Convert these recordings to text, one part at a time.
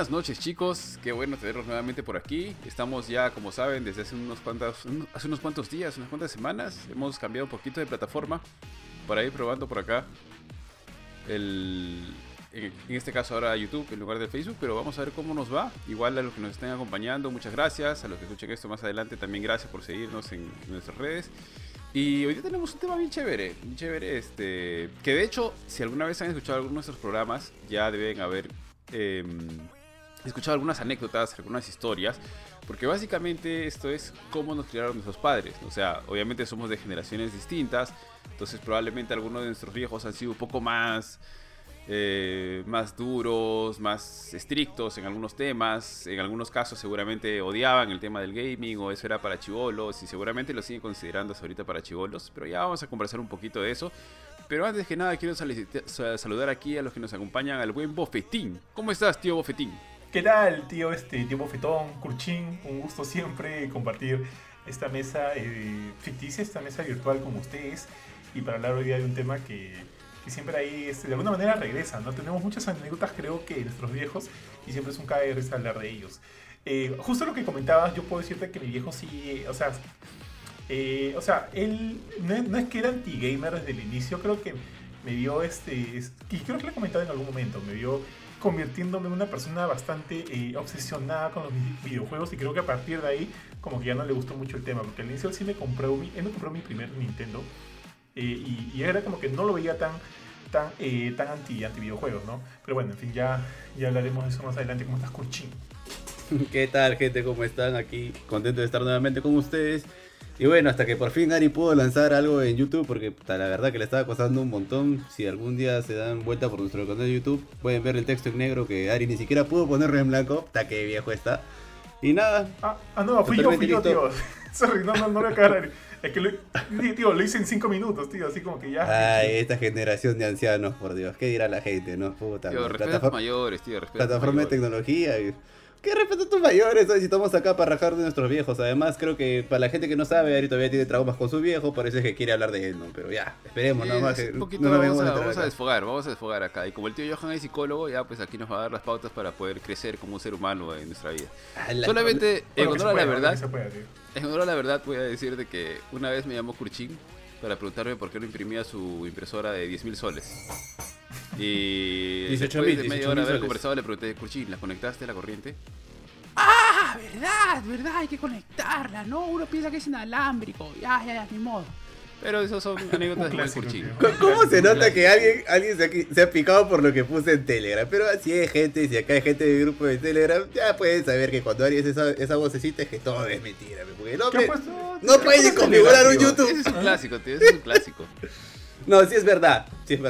buenas noches, chicos. Qué bueno tenerlos nuevamente por aquí. Estamos ya, como saben, desde hace unos cuantos días, unas cuantas semanas. Hemos cambiado un poquito de plataforma para ir probando por acá en este caso ahora YouTube en lugar de Facebook, pero vamos a ver cómo nos va. Igual a los que nos estén acompañando, muchas gracias. A los que escuchen esto más adelante, también gracias por seguirnos en nuestras redes. Y hoy tenemos un tema bien chévere, que de hecho, si alguna vez han escuchado algunos de nuestros programas, ya deben haber escuchado algunas anécdotas, algunas historias, porque básicamente esto es cómo nos criaron nuestros padres. O sea, obviamente somos de generaciones distintas, entonces probablemente algunos de nuestros viejos han sido un poco más duros, más estrictos en algunos temas. En algunos casos seguramente odiaban el tema del gaming o eso era para chibolos, y seguramente lo siguen considerando hasta ahorita para chibolos, pero ya vamos a conversar un poquito de eso. Pero antes que nada quiero saludar aquí a los que nos acompañan, al buen Bofetín. ¿Cómo estás, tío Bofetín? ¿Qué tal, tío Bofetón, Curchín? Un gusto siempre compartir esta mesa ficticia, esta mesa virtual con ustedes, y para hablar hoy día de un tema que siempre ahí de alguna manera regresa, ¿no? Tenemos muchas anécdotas, creo que de nuestros viejos, y siempre es un cae de risa hablar de ellos. Justo lo que comentabas, yo puedo decirte que mi viejo sí, él no es que era anti-gamer desde el inicio, creo que me vio, y creo que le he comentado en algún momento, me vio convirtiéndome en una persona bastante obsesionada con los videojuegos, y creo que a partir de ahí como que ya no le gustó mucho el tema, porque al inicio él sí me compró mi primer Nintendo, y era como que no lo veía tan anti videojuegos, ¿no? Pero bueno, en fin, ya hablaremos de eso más adelante. ¿Cómo estás, Curchín? ¿Qué tal, gente? ¿Cómo están? Aquí contento de estar nuevamente con ustedes. Y bueno, hasta que por fin Ari pudo lanzar algo en YouTube, porque la verdad que le estaba costando un montón. Si algún día se dan vuelta por nuestro canal de YouTube, pueden ver el texto en negro que Ari ni siquiera pudo ponerlo en blanco. Hasta que viejo está. Y nada. No, fui yo, tío. Sorry, no voy a cagar. Es que lo hice en 5 minutos, tío, así como que ya. Ay, esta generación de ancianos, por Dios. ¿Qué dirá la gente, no? Puta. Tío, respeto a tus mayores, tío, respeto. Plataforma de tecnología. ¿Qué respeto a tus mayores? Hoy si estamos acá para rajar de nuestros viejos. Además, creo que para la gente que no sabe, Ari todavía tiene traumas con su viejo, parece que quiere hablar de él, ¿no? Pero ya, esperemos, ¿no? Más que un poquito, no vamos a desfogar acá. Y como el tío Johan es psicólogo, ya pues aquí nos va a dar las pautas para poder crecer como un ser humano en nuestra vida. Solamente, en honor a la verdad, voy a decir de que una vez me llamó Curchín para preguntarme por qué no imprimía su impresora de 10.000 soles. Y después de media hora de haber conversado le pregunté, Curchín, ¿la conectaste a la corriente? Ah, verdad, hay que conectarla, ¿no? Uno piensa que es inalámbrico, ya, ni modo. Pero esos son anécdotas de Curchín. ¿Cómo se nota que alguien se ha picado por lo que puse en Telegram? Pero si hay gente, si acá hay gente del grupo de Telegram, ya pueden saber que cuando Ari hace esa vocecita es que todo es mentira. Porque no pueden configurar un YouTube. Ese es un clásico, tío, ese es un clásico. No, sí es verdad.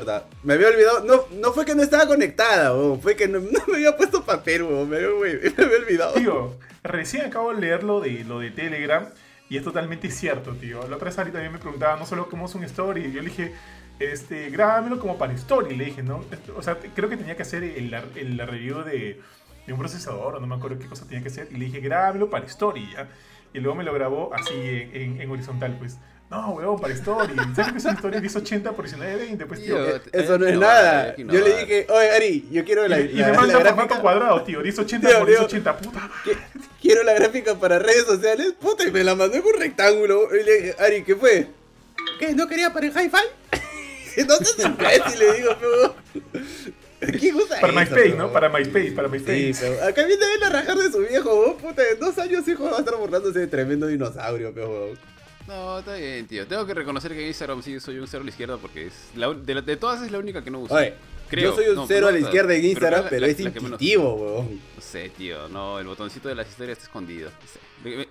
Me había olvidado, no fue que no estaba conectada, fue que no me había puesto papel, me había olvidado. Tío, recién acabo de leer lo de Telegram, y es totalmente cierto, tío. La otra vez Ari también me preguntaba no solo cómo es un story, y yo le dije, grábamelo como para story, le dije, ¿no? O sea, creo que tenía que hacer el review de un procesador, o no me acuerdo qué cosa tenía que hacer, y le dije, grábamelo para story, ¿ya? Y luego me lo grabó así en horizontal, pues. No, huevón, para story. ¿Sabes que es una story 1080 por 1920? Pues, tío. Eso no es nada. Yo le dije, oye, Ari, yo quiero la y me manda formato cuadrado, tío. 1080 por 1080, puta madre. Quiero la gráfica para redes sociales, puta, y me la mandó en un rectángulo. Y le dije, Ari, ¿qué fue? ¿Qué? ¿No quería para el hi-fi? Entonces imbécil, le digo, pero... ¿Quién usa para eso, MySpace, ¿no? Para MySpace. Sí, pero acá viene a rajar de su viejo, puta. En 2 años, hijo, va a estar burlándose de tremendo dinosaurio, pero... No, está bien, tío. Tengo que reconocer que en Instagram sí soy un cero a la izquierda porque es de todas es la única que no uso. Oye, creo. Yo soy un cero a la izquierda en Instagram, pero es intuitivo, weón. No sé, tío. No, el botoncito de las historias está escondido. No sé.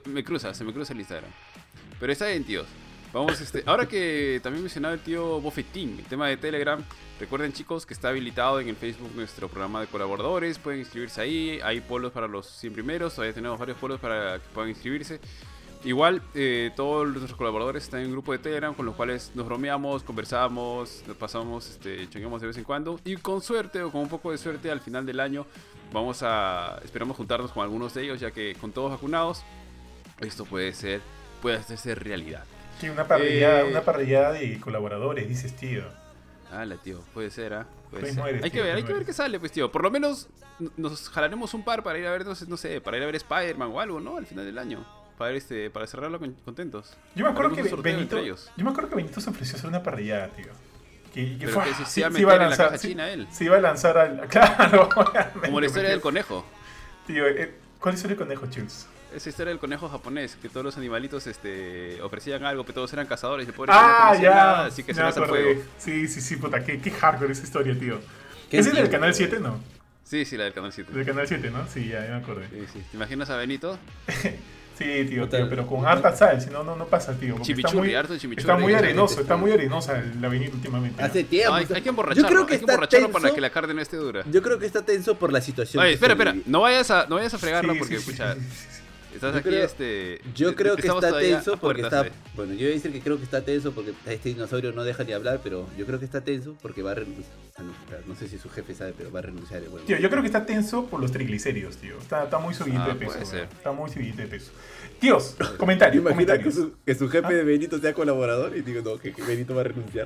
Se me cruza el Instagram. Pero está bien, tíos. Vamos, ahora que también mencionaba el tío Bofetín, el tema de Telegram. Recuerden, chicos, que está habilitado en el Facebook nuestro programa de colaboradores. Pueden inscribirse ahí. Hay polos para los 100 primeros. Todavía tenemos varios polos para que puedan inscribirse. Igual, todos nuestros colaboradores están en un grupo de Telegram con los cuales nos bromeamos, conversamos, nos pasamos, chongueamos de vez en cuando. Y con suerte, o con un poco de suerte, al final del año esperamos juntarnos con algunos de ellos, ya que con todos vacunados, esto puede hacerse realidad. Sí, una parrillada de colaboradores, dices, tío. Hala, tío, puede ser, ¿ah? Puede Pues ser. mueres, Hay que tío, ver, pues hay que ver mueres. qué sale, pues, tío. Por lo menos nos jalaremos un par para ir a ver, no sé, para ir a ver Spider-Man o algo, ¿no? Al final del año. Para cerrarlo contentos. Yo me acuerdo Haremos que un sorteo Benito, entre ellos. yo me acuerdo que Benito se ofreció a hacer una parrillada, tío. Que Pero fue, que se iba a meter en la caja china él. se iba a lanzar al... Claro, Como la historia del conejo. Tío, ¿cuál es el historia del conejo, Chills? Esa historia del conejo japonés, que todos los animalitos ofrecían algo, que todos eran cazadores y el pobre Ah, conejo no hacía ya. nada, así que se ya lanza al acordé. fuego. Sí, puta, qué hardcore esa historia, tío. Qué ¿Ese es del antiguo, canal ¿no? 7, no? Sí, la del canal 7. Del canal 7, ¿no? Sí, ya me acordé. Sí. ¿Te imaginas a Benito? Sí, tío, Total. pero con harta sal, si no, no pasa, tío. porque Chimichurri, harto de chimichurri. Está muy arenoso, Exactamente. está muy arenosa la avenida últimamente. ¿no? Hace tiempo. No, hay que Yo emborracharlo, creo que hay que está emborracharlo tenso. para que la carne no esté dura. Yo creo que está tenso por la situación. Oye, que espera, se vive. no vayas a fregarlo Sí, porque, sí, escucha, sí. estás Yo aquí, creo- Yo creo que estamos está todavía tenso a porque puertas está. Bueno, yo voy a decir que creo que está tenso porque este dinosaurio no deja de hablar, pero yo creo que está tenso porque va a renunciar. No sé si su jefe sabe, pero va a renunciar. Bueno. Tío, yo creo que está tenso por los triglicéridos, tío. Está muy subidito Ah, de peso. puede ser. weón. Está muy subidito de peso. Tíos, comentarios, Imagina que comentarios. su jefe ¿Ah? de Benito sea colaborador y digo, no, que Benito va a renunciar.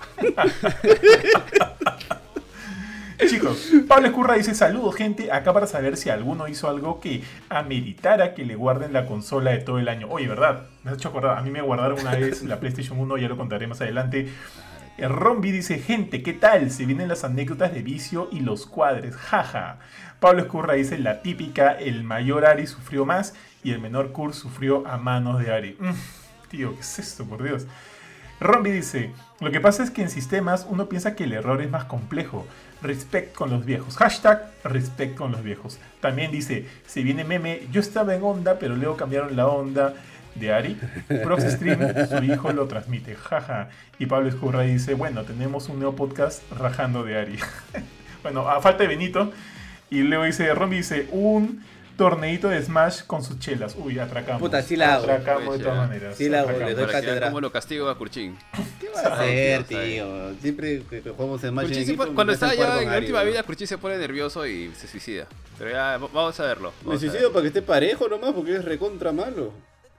Chicos, Pablo Escurra dice: saludos, gente. Acá para saber si alguno hizo algo que ameritara que le guarden la consola de todo el año. Oye, ¿verdad? Me has hecho acordar. A mí me guardaron una vez la PlayStation 1, ya lo contaré más adelante. Rombi dice: gente, ¿qué tal? Se vienen las anécdotas de vicio y los cuadres, jaja. Pablo Escurra dice: la típica, el mayor Ari sufrió más y el menor Kurt sufrió a manos de Ari. Tío, ¿qué es esto, por Dios? Rombi dice: lo que pasa es que en sistemas uno piensa que el error es más complejo. Respect con los viejos. Hashtag respect con los viejos. También dice: se viene meme, yo estaba en onda, pero luego cambiaron la onda de Ari. Prox Stream, su hijo lo transmite. Jaja. Y Pablo Escurra dice: bueno, tenemos un nuevo podcast rajando de Ari. Bueno, a falta de Benito. Y luego dice, Rombi dice: un torneito de Smash con sus chelas. Uy, atracamos. Puta, sí la hago. Atracamos Pues de todas ya. maneras. Sí la hago, atracamos. le doy Para que vean cátedra. cómo lo castigo a Kurchin. ¿Qué va a hacer, Dios, tío? Siempre que jugamos en Smash en Kurchin se equipo, pone- cuando me hacen está jugar ya con en la Ari, última weón. vida, Kurchin se pone nervioso y se suicida. Pero ya, vamos a verlo. Me vamos a suicido para que esté parejo nomás, porque es recontra malo.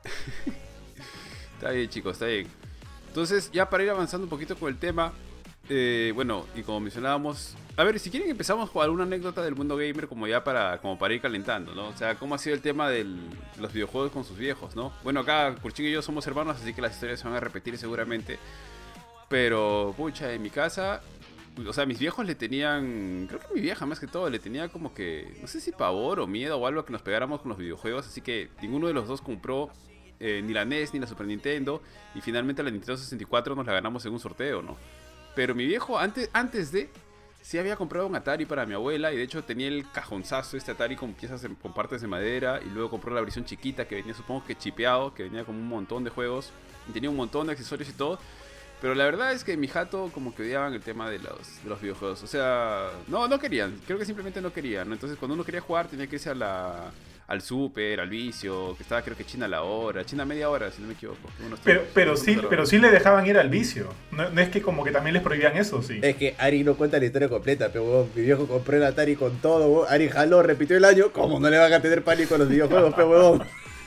Está bien, chicos, está bien. Entonces, ya para ir avanzando un poquito con el tema, bueno, y como mencionábamos, a ver, si quieren empezamos con alguna anécdota del mundo gamer como ya como para ir calentando, ¿no? O sea, cómo ha sido el tema de los videojuegos con sus viejos, ¿no? Bueno, acá Kurchin y yo somos hermanos, así que las historias se van a repetir seguramente. Pero, pucha, en mi casa, o sea, mis viejos le tenían, creo que mi vieja más que todo, le tenía como que, no sé si pavor o miedo o algo a que nos pegáramos con los videojuegos, así que ninguno de los dos compró ni la NES ni la Super Nintendo, y finalmente la Nintendo 64 nos la ganamos en un sorteo, ¿no? Pero mi viejo, antes de, sí había comprado un Atari para mi abuela, y de hecho tenía el cajonzazo este Atari con piezas, con partes de madera, y luego compró la versión chiquita que venía, supongo que chipeado, que venía con un montón de juegos, y tenía un montón de accesorios y todo. Pero la verdad es que mi jato como que odiaban el tema de los videojuegos. O sea, no querían. Creo que simplemente no querían, ¿no? Entonces cuando uno quería jugar tenía que irse al Super, al vicio, que estaba creo que China a la hora, China a media hora, si no me equivoco. Pero sí le dejaban ir al vicio. No es que como que también les prohibían eso, sí. Es que Ari no cuenta la historia completa, pero weón, mi viejo compró el Atari con todo, weón. Ari jaló, repitió el año, ¿cómo no le van a tener pánico a los videojuegos, pe huevón?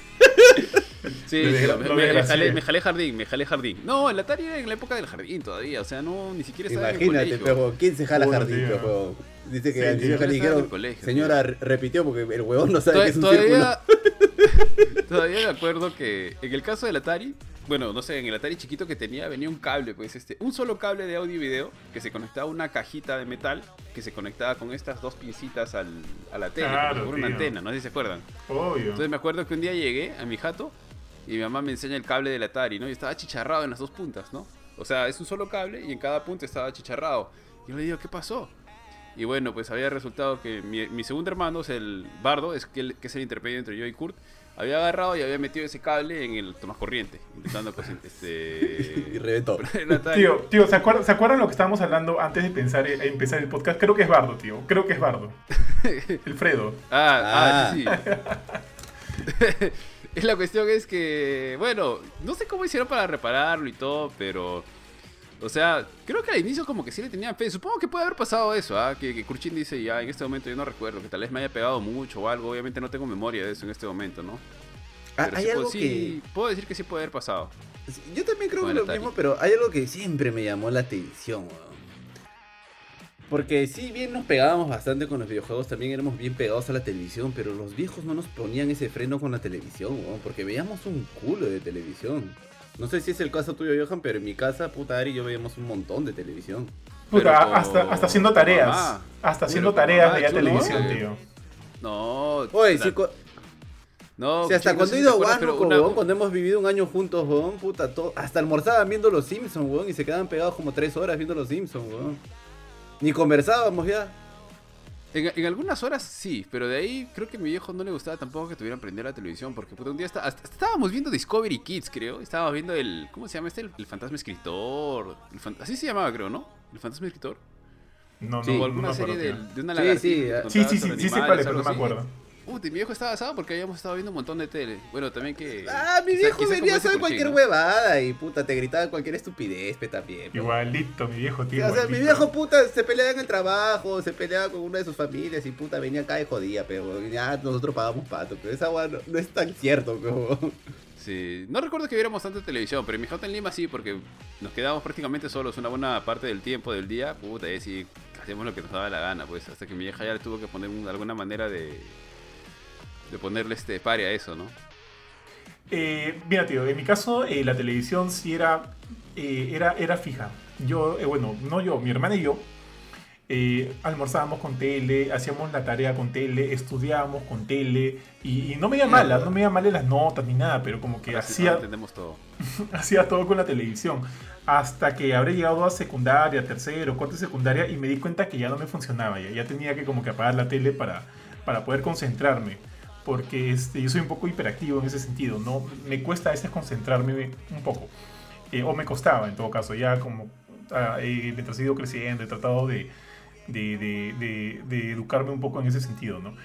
Sí, me jalé jardín. No, el Atari era en la época del jardín todavía, o sea, no, ni siquiera estaba en el Imagínate, colegio. pe huevón, ¿quién se jala Uy, jardín, tío. pe huevón? Dice que Sí, al tío. señor Yo le estaba en el dijeron, colegio, señora, repitió porque el huevón no sabe que es un Todavía me acuerdo que en el caso del Atari, bueno, no sé, en el Atari chiquito que tenía venía un cable, pues un solo cable de audio y video que se conectaba a una cajita de metal que se conectaba con estas dos pincitas a la tele, Claro, como si fuera una tío. antena, no sé si se acuerdan. Obvio. Entonces me acuerdo que un día llegué a mi jato y mi mamá me enseña el cable del Atari, ¿no? Y estaba achicharrado en las dos puntas, ¿no? O sea, es un solo cable y en cada punta estaba achicharrado. Y yo le digo, ¿qué pasó? Y bueno, pues había resultado que mi segundo hermano, es el Bardo, que es el intermedio entre yo y Kurt, había agarrado y había metido ese cable en el tomacorriente, intentando pues, Y reventó. el Atari. Tío, ¿se acuerdan lo que estábamos hablando antes de empezar el podcast? Creo que es Bardo, tío. Creo que es Bardo. El Fredo. Sí. La cuestión es que, bueno, no sé cómo hicieron para repararlo y todo, pero, o sea, creo que al inicio como que sí le tenían fe. Supongo que puede haber pasado eso, que Kurchin dice, ya, en este momento yo no recuerdo, que tal vez me haya pegado mucho o algo. Obviamente no tengo memoria de eso en este momento, ¿no? Pero Hay sí, algo sí, puedo decir que sí puede haber pasado. Yo también creo Con que el lo Atari. mismo, pero hay algo que siempre me llamó la atención, weón. Porque sí, bien nos pegábamos bastante con los videojuegos, también éramos bien pegados a la televisión, pero los viejos no nos ponían ese freno con la televisión, weón, porque veíamos un culo de televisión. No sé si es el caso tuyo, Johan, pero en mi casa, puta Ari, yo veíamos un montón de televisión. Puta, Pero con- hasta haciendo con tareas. mamá. Hasta haciendo Pero con tareas mamá, veía chulo, televisión, ¿no? tío. No, Oye, la- sí, no, si hasta sí, no cuando sé he si ido te a acuerdas, pero Huánuco, una- weón, cuando hemos vivido un año juntos, weón, puta, hasta almorzaban viendo Los Simpsons, weón, y se quedaban pegados como 3 horas viendo Los Simpsons, weón. Ni conversábamos ya. En algunas horas sí, pero de ahí creo que a mi viejo no le gustaba tampoco que tuvieran prendida la televisión, porque puta, un día hasta estábamos viendo Discovery Kids, creo. Estábamos viendo el, ¿cómo se llama este? El fantasma escritor. Así se llamaba, creo, ¿no? El fantasma escritor. No, Sí. no, O alguna no me acuerdo, serie tío. de una Sí, lagartija sí, que te ah. contaba Sí, sobre sí sé animales, cuál es, pero algo no me así. acuerdo. Mi viejo estaba asado porque habíamos estado viendo un montón de tele. Bueno, también que... Ah, mi quizá- viejo quizá venía a como ese hacer Kurchin, cualquier ¿no? huevada y puta, te gritaba cualquier estupidez, pe, también. pe. Igualito, mi viejo, tío. O sea, mi igualito. viejo puta se peleaba en el trabajo, se peleaba con una de sus familias y puta venía acá y jodía, pero ya nosotros pagamos pato, pero esa hueá no es tan cierto, pero... Sí, no recuerdo que viéramos tanta televisión, pero en mi jato en Lima sí, porque nos quedábamos prácticamente solos una buena parte del tiempo del día. Puta, y sí, hacíamos lo que nos daba la gana, pues, hasta que mi vieja ya le tuvo que poner alguna manera de ponerle pare a eso, ¿no? Mira, tío, en mi caso la televisión sí era fija. Yo, bueno, no yo, mi hermana y yo almorzábamos con tele, hacíamos la tarea con tele, estudiábamos con tele y no me iba mal, no me iba mal en las notas ni nada, pero como que Ahora sí, hacía, ahora entendemos todo. hacía todo con la televisión. Hasta que habré llegado a secundaria, tercero, cuarto de secundaria y me di cuenta que ya no me funcionaba, ya tenía que como que apagar la tele para poder concentrarme. Porque yo soy un poco hiperactivo en ese sentido, ¿no? Me cuesta a veces concentrarme un poco. O me costaba en todo caso, ya como mientras he ido creciendo he tratado de educarme un poco en ese sentido, ¿no?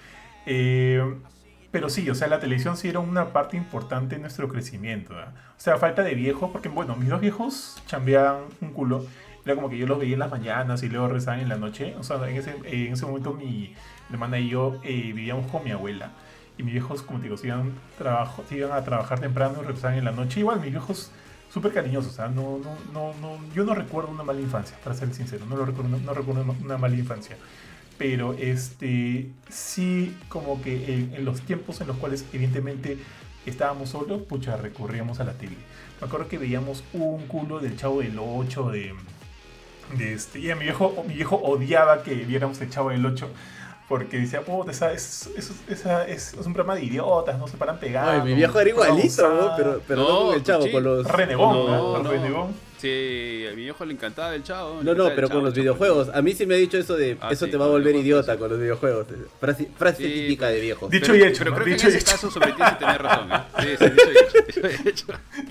Pero sí, o sea, la televisión sí era una parte importante en nuestro crecimiento, ¿verdad? O sea, falta de viejos, porque bueno, mis dos viejos chambeaban un culo. Era como que yo los veía en las mañanas y luego rezaban en la noche. O sea, en ese momento mi hermana y yo vivíamos con mi abuela. Y mis viejos, como te digo, se iban a trabajar temprano y regresaban en la noche. Igual, mis viejos súper cariñosos, o sea, yo no recuerdo una mala infancia, para ser sincero. No recuerdo una mala infancia. Pero sí, como que en los tiempos en los cuales evidentemente estábamos solos, pucha, recurríamos a la tele. Me acuerdo que veíamos un culo del Chavo del 8, y a mi viejo odiaba que viéramos el Chavo del 8. Porque decía, puta, es un programa de idiotas, no se paran pegados. Ay, mi viejo era igualito, ¿no? Pero no con el chavo, sí. con los... Renegón, No, ¿no? no. Renegón. Sí, a mi viejo le encantaba el chavo. le No, encantaba el pero Chavo, con los Chavo. videojuegos. A mí sí me ha dicho eso de, Ah, eso sí, te va a con los volver videojuegos, idiota sí. con los videojuegos. Frase Sí, típica pues. de viejos. Dicho y hecho, Pero ¿no? creo que Dicho en y ese hecho. caso sobre ti sí tenía razón, ¿eh? Sí, sí, dicho y hecho.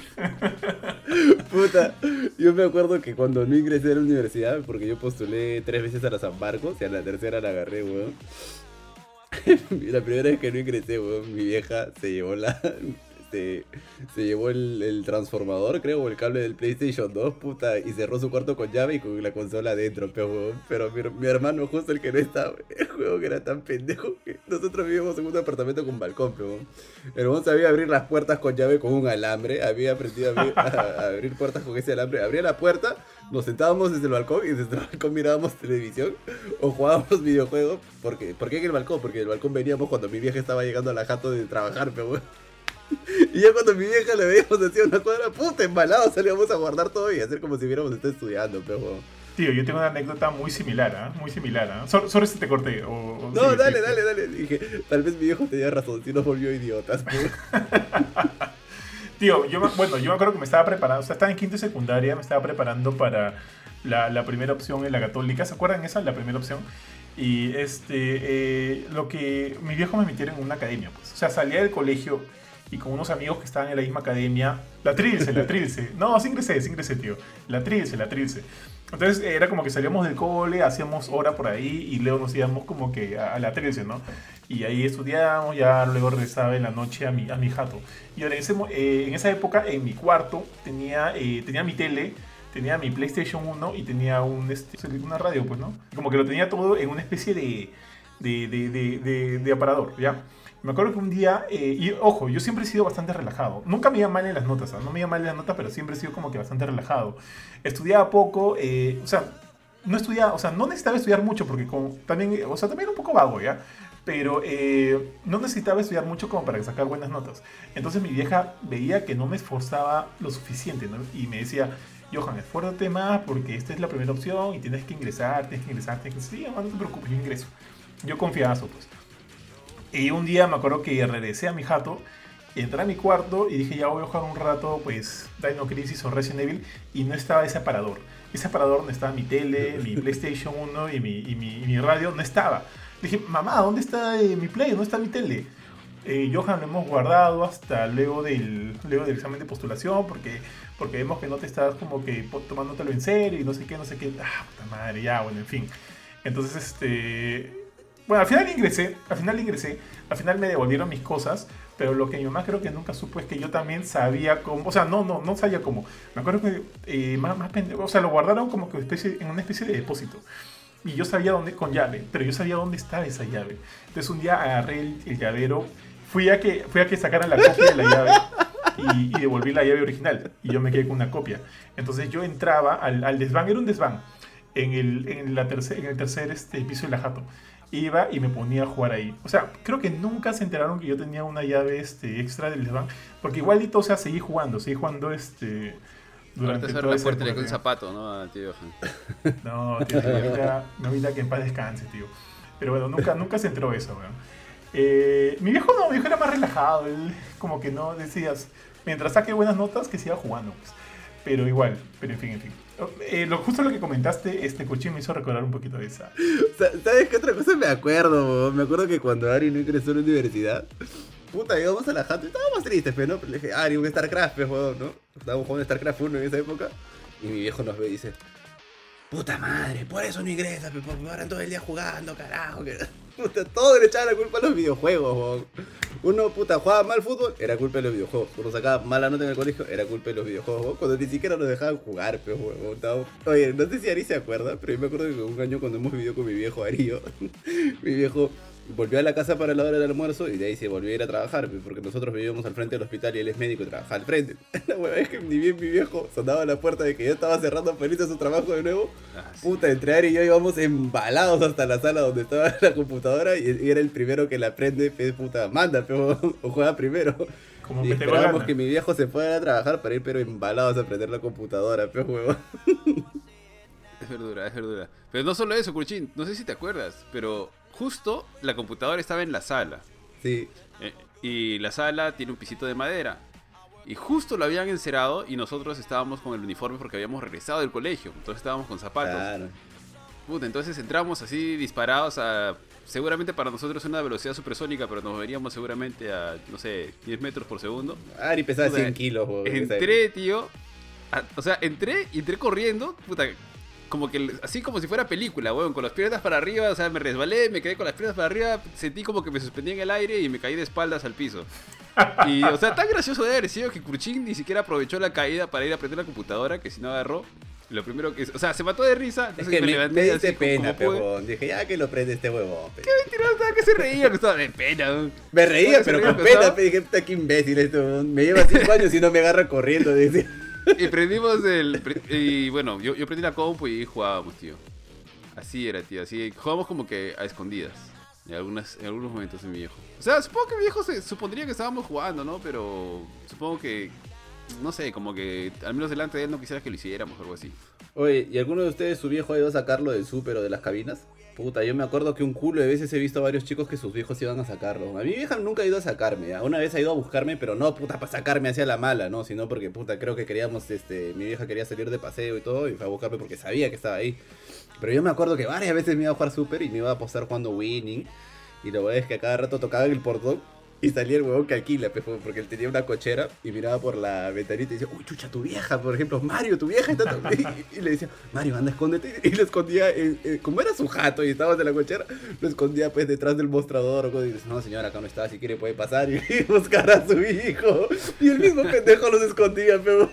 Puta, yo me acuerdo que cuando no ingresé a la universidad, porque yo postulé 3 veces a la San Marcos y a la tercera la agarré, weón. La primera vez que no ingresé, weón, mi vieja se llevó se llevó el transformador, creo, o el cable del PlayStation 2, puta, y cerró su cuarto con llave y con la consola adentro, weón. Pero mi hermano, justo el que no estaba, el juego que era tan pendejo que nosotros vivíamos en un apartamento con balcón, weón. El weón sabía abrir las puertas con llave con un alambre, había aprendido a abrir puertas con ese alambre. Abría la puerta, nos sentábamos desde el balcón y desde el balcón mirábamos televisión o jugábamos videojuegos. ¿Por qué en el balcón? Porque del balcón veníamos cuando mi vieja estaba llegando a la jato de trabajar, pero weón. Y ya cuando mi vieja le veíamos así a una cuadra, puta, embalados, salíamos a guardar todo y hacer como si hubiéramos estado estudiando, pero weón. Tío, yo tengo una anécdota muy similar, ¿ah? Muy similar, ¿ah? Sorry si te corté. No, sigue, dale, sigue. dale. Dije, tal vez mi viejo tenía razón, si nos volvió idiotas, weón. Tío, yo me acuerdo que me estaba preparando, o sea, estaba en quinto y secundaria, me estaba preparando para la primera opción en la católica. ¿Se acuerdan esa? La primera opción. Y lo que mi viejo me metieron en una academia, pues. O sea, salía del colegio y con unos amigos que estaban en la misma academia. La Trilce. No, sí ingresé, tío. La Trilce. Entonces era como que salíamos del cole, hacíamos hora por ahí y luego nos íbamos como que a la Trilce, ¿no? Y ahí estudiábamos, ya luego regresaba en la noche a mi jato. Y ahora en esa época, en mi cuarto, tenía mi tele, tenía mi PlayStation 1 y tenía una radio, pues, ¿no? Como que lo tenía todo en una especie de aparador, ¿ya? Me acuerdo que un día, y ojo, yo siempre he sido bastante relajado. Nunca me iba mal en las notas, ¿eh? No me iba mal en las notas, pero siempre he sido como que bastante relajado. Estudiaba poco, o sea, no estudiaba, o sea, no necesitaba estudiar mucho porque también, o sea, también era un poco vago, ¿ya? Pero no necesitaba estudiar mucho como para sacar buenas notas. Entonces mi vieja veía que no me esforzaba lo suficiente, ¿no? Y me decía, Johan, esfuérzate más porque esta es la primera opción y tienes que ingresar. Sí, mamá, no te preocupes, yo ingreso. Yo confiaba, pues. Y un día me acuerdo que regresé a mi jato, entré a mi cuarto y dije, ya voy a jugar un rato, pues, Dino Crisis o Resident Evil, y no estaba ese aparador. Ese aparador donde estaba mi tele, mi PlayStation 1 y mi radio, no estaba. Dije, mamá, ¿dónde está mi Play? ¿Dónde está mi tele? Johan, lo hemos guardado hasta luego del examen de postulación porque vemos que no te estás como que tomándotelo en serio y no sé qué. Ah, puta madre, ya, bueno, en fin. Entonces, bueno, al final ingresé, al final me devolvieron mis cosas, pero lo que mi mamá creo que nunca supo es que yo también sabía cómo, o sea, no sabía cómo. Me acuerdo que más pendejo, o sea, lo guardaron como que en una especie de depósito. Y yo sabía dónde, con llave, pero yo sabía dónde estaba esa llave. Entonces un día agarré el llavero, fui a que sacaran la copia de la llave y devolví la llave original. Y yo me quedé con una copia. Entonces yo entraba al desván, era un desván, en el tercer piso de la jato. Iba y me ponía a jugar ahí. O sea, creo que nunca se enteraron que yo tenía una llave extra del desván. Porque igualito, o sea, seguí jugando durante ahorita toda la esa puerta le época, con un tío. zapato, ¿no? A tío Johan. No, tío, mi vida que en paz descanse, tío. Pero bueno, nunca se enteró eso, weón. Mi viejo era más relajado. Él como que no decías, mientras saque buenas notas, que siga jugando, pues. Pero igual, pero en fin. Justo lo que comentaste, Cuchín me hizo recordar un poquito de esa. ¿Sabes qué otra cosa me acuerdo, bo? Me acuerdo que cuando Ari no ingresó a la universidad, puta, íbamos a la jato y estábamos tristes, pero no, le dije, Ari, un StarCraft, pues, ¿no? Estábamos jugando StarCraft 1 en esa época, y mi viejo nos ve y dice, puta madre, por eso no ingresas, porque paran todo el día jugando, carajo, que... Puta, todo le echaba la culpa a los videojuegos, bo. Uno, puta, jugaba mal fútbol, era culpa de los videojuegos. Uno sacaba mala nota en el colegio, era culpa de los videojuegos, bo. Cuando ni siquiera nos dejaban jugar, pero huevón. Oye, no sé si Ari se acuerda, pero yo me acuerdo que un año cuando hemos vivido con mi viejo Arío, mi viejo volvió a la casa para la hora del almuerzo y de ahí se volvió a ir a trabajar, porque nosotros vivíamos al frente del hospital y él es médico y trabajaba al frente. La hueva es que ni bien mi viejo sonaba a la puerta de que ya estaba cerrando feliz a su trabajo de nuevo. Puta, entre Ari y yo íbamos embalados hasta la sala donde estaba la computadora y era el primero que la prende, puta, manda, pero o juega primero. Como y que te esperábamos que mi viejo se fuera a trabajar para ir pero embalados a prender la computadora, pero huevo. Es verdura. Pero no solo eso, Curchín, no sé si te acuerdas, pero justo la computadora estaba en la sala. Sí. Y la sala tiene un pisito de madera. Y justo lo habían encerado y nosotros estábamos con el uniforme porque habíamos regresado del colegio. Entonces estábamos con zapatos. Claro. Puta, entonces entramos así disparados a... Seguramente para nosotros una velocidad supersónica, pero nos veríamos seguramente a, no sé, 10 metros por segundo. Ari pesaba Puta, 100 kilos, huevón, en esa Entré, tío. O sea, entré corriendo, puta, como que así como si fuera película, weón, con las piernas para arriba, o sea, me resbalé, me quedé con las piernas para arriba, sentí como que me suspendí en el aire y me caí de espaldas al piso. Y, o sea, tan gracioso de haber sido que Kurchin ni siquiera aprovechó la caída para ir a prender la computadora, que si no agarró. Lo primero que... O sea, se mató de risa, Es entonces que me me levanté diste así pena, como pude. huevón. Dije, ya que lo prende este huevón. ¿Qué mentiroso? Estaba que se reía, que estaba de pena, weón. Me reía, pero con pena, ¿Estaba? dije, puta, qué imbécil esto, huevón. Me lleva 5 años y no me agarra corriendo, decía. Y prendimos y bueno, yo prendí la compu y jugábamos, tío. Así era, tío, así. Jugábamos como que a escondidas. En algunos momentos de mi viejo. O sea, supongo que mi viejo se supondría que estábamos jugando, ¿no? Pero supongo que... No sé, como que al menos delante de él no quisiera que lo hiciéramos o algo así. Oye, ¿y alguno de ustedes su viejo ha ido a sacarlo del súper o de las cabinas? Puta, yo me acuerdo que un culo de veces he visto a varios chicos que sus viejos iban a sacarlo. A mi vieja nunca ha ido a sacarme, ¿ya? Una vez ha ido a buscarme, pero no, puta, para sacarme hacia la mala, ¿no? Sino porque, puta, creo que queríamos, mi vieja quería salir de paseo y todo, y fue a buscarme porque sabía que estaba ahí. Pero yo me acuerdo que varias veces me iba a jugar súper y me iba a apostar jugando Winning. Y lo bueno es que a cada rato tocaba el portón y salía el huevón que alquila, porque él tenía una cochera y miraba por la ventanita y decía, uy, chucha, tu vieja, por ejemplo, Mario, tu vieja está... y le decía, Mario, anda, escóndete. Y lo escondía, como era su jato y estábamos en la cochera, lo escondía pues detrás del mostrador o cosas. Y dice, no, señora, acá no está, si quiere puede pasar y buscar a su hijo. Y el mismo pendejo los escondía, pero...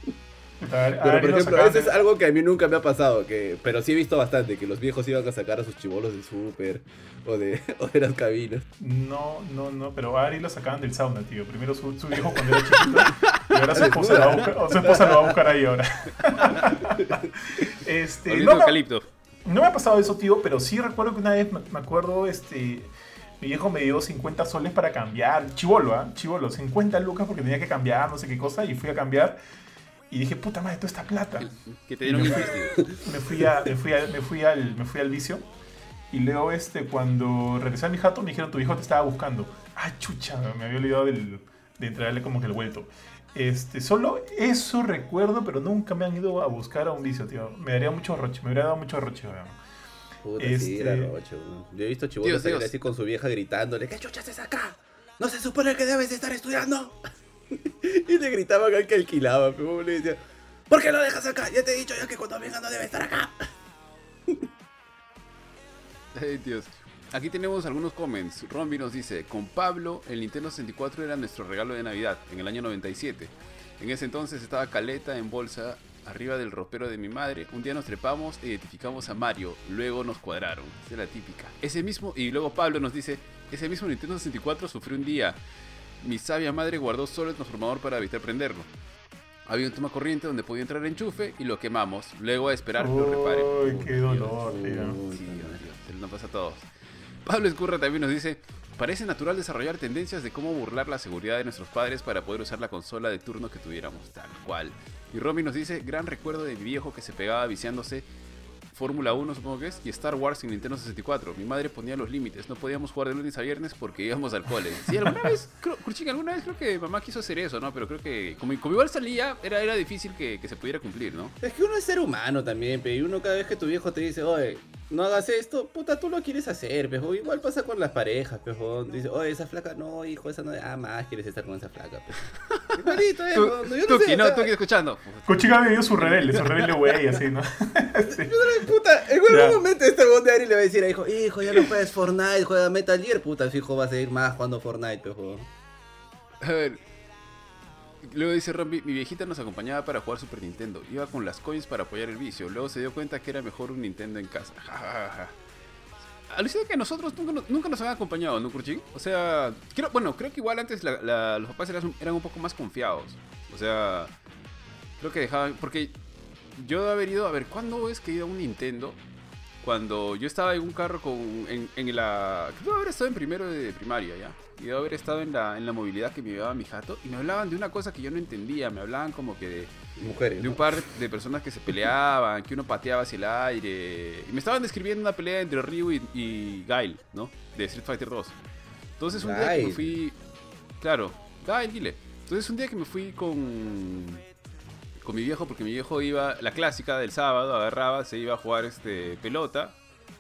Pero por ejemplo, eso es algo que a mí nunca me ha pasado, pero sí he visto bastante, que los viejos iban a sacar a sus chibolos del súper o de las cabinas. No, pero a Ari lo sacaban del sauna, tío. Primero su viejo cuando era chiquito y ahora su esposa lo va a buscar ahí ahora. Oliendo eucalipto. No me ha pasado eso, tío, pero sí recuerdo que una vez, me acuerdo, mi viejo me dio 50 soles para cambiar. Chibolo, ¿ah? Chibolo, 50 lucas porque tenía que cambiar, no sé qué cosa, y fui a cambiar. Y dije, puta madre, toda esta plata. Que te dieron un vestido. Me fui al vicio. Y luego, cuando regresé a mi jato, me dijeron, tu viejo te estaba buscando. Ah, chucha, me había olvidado de entregarle como que el vuelto. Solo eso recuerdo, pero nunca me han ido a buscar a un vicio, tío. Me daría mucho roche, me hubiera dado mucho roche, weón. Puta, sí, era roche, weón. Yo he visto chibolos salir así con su vieja gritándole, ¿qué chucha haces acá? ¿No se supone que debes estar estudiando? Y le gritaban al que alquilaba, pero le decía, ¿por qué lo dejas acá? Ya te he dicho ya que cuando venga no debe estar acá. Ay, Dios. Aquí tenemos algunos comments. Rombi nos dice, con Pablo, el Nintendo 64 era nuestro regalo de Navidad, en el año 97. En ese entonces estaba caleta en bolsa arriba del ropero de mi madre. Un día nos trepamos e identificamos a Mario, luego nos cuadraron. Esa es la típica. Ese mismo, y luego Pablo nos dice, ese mismo Nintendo 64 sufrió un día. Mi sabia madre guardó solo el transformador para evitar prenderlo. Había un toma corriente donde podía entrar el enchufe y lo quemamos. Luego a esperar que lo reparen. Uy, qué dolor, tío. Sí, Dios, se nos pasa a todos. Pablo Escurra también nos dice, parece natural desarrollar tendencias de cómo burlar la seguridad de nuestros padres para poder usar la consola de turno que tuviéramos, tal cual. Y Romy nos dice, gran recuerdo de mi viejo que se pegaba viciándose Fórmula 1, supongo que es, y Star Wars en Nintendo 64. Mi madre ponía los límites, no podíamos jugar de lunes a viernes porque íbamos al cole. Sí, alguna vez creo que mamá quiso hacer eso, ¿no? Pero creo que como igual salía, era difícil que se pudiera cumplir, ¿no? Es que uno es ser humano también, pe, y uno cada vez que tu viejo te dice, oye, no hagas esto, puta, tú lo quieres hacer, pejo. Igual pasa con las parejas, pejo. Dice, oye, esa flaca, no, hijo, esa no, más quieres estar con esa flaca, pejo. Igualito, yo no sé. Tú escuchando. Cochica me dio su rebelde güey, así, ¿no? Sí. Puta, en algún momento este bonde Ari le va a decir a hijo, ya no juegas Fortnite, juega Metal Gear, puta, su hijo va a seguir más jugando Fortnite, pejo. A ver. Luego dice Rombi, mi viejita nos acompañaba para jugar Super Nintendo. Iba con las coins para apoyar el vicio. Luego se dio cuenta que era mejor un Nintendo en casa. Alucina que a nosotros nunca nos han acompañado, ¿no, Kurchin? O sea, creo que igual antes los papás eran un poco más confiados. O sea, creo que dejaban... Porque yo de haber ido... A ver, ¿cuándo es que he ido a un Nintendo? Cuando yo estaba en un carro en la... Creo haber estado en primero de primaria, ¿ya? Y de haber estado en la movilidad que me llevaba mi jato. Y me hablaban de una cosa que yo no entendía. Me hablaban como que de... Mujeres, de un par de personas que se peleaban, que uno pateaba hacia el aire. Y me estaban describiendo una pelea entre Ryu y Guile, ¿no? De Street Fighter 2. Entonces un día que me fui... Claro, Guile, dile. Entonces un día que me fui con mi viejo, porque mi viejo iba, la clásica del sábado, agarraba, se iba a jugar pelota.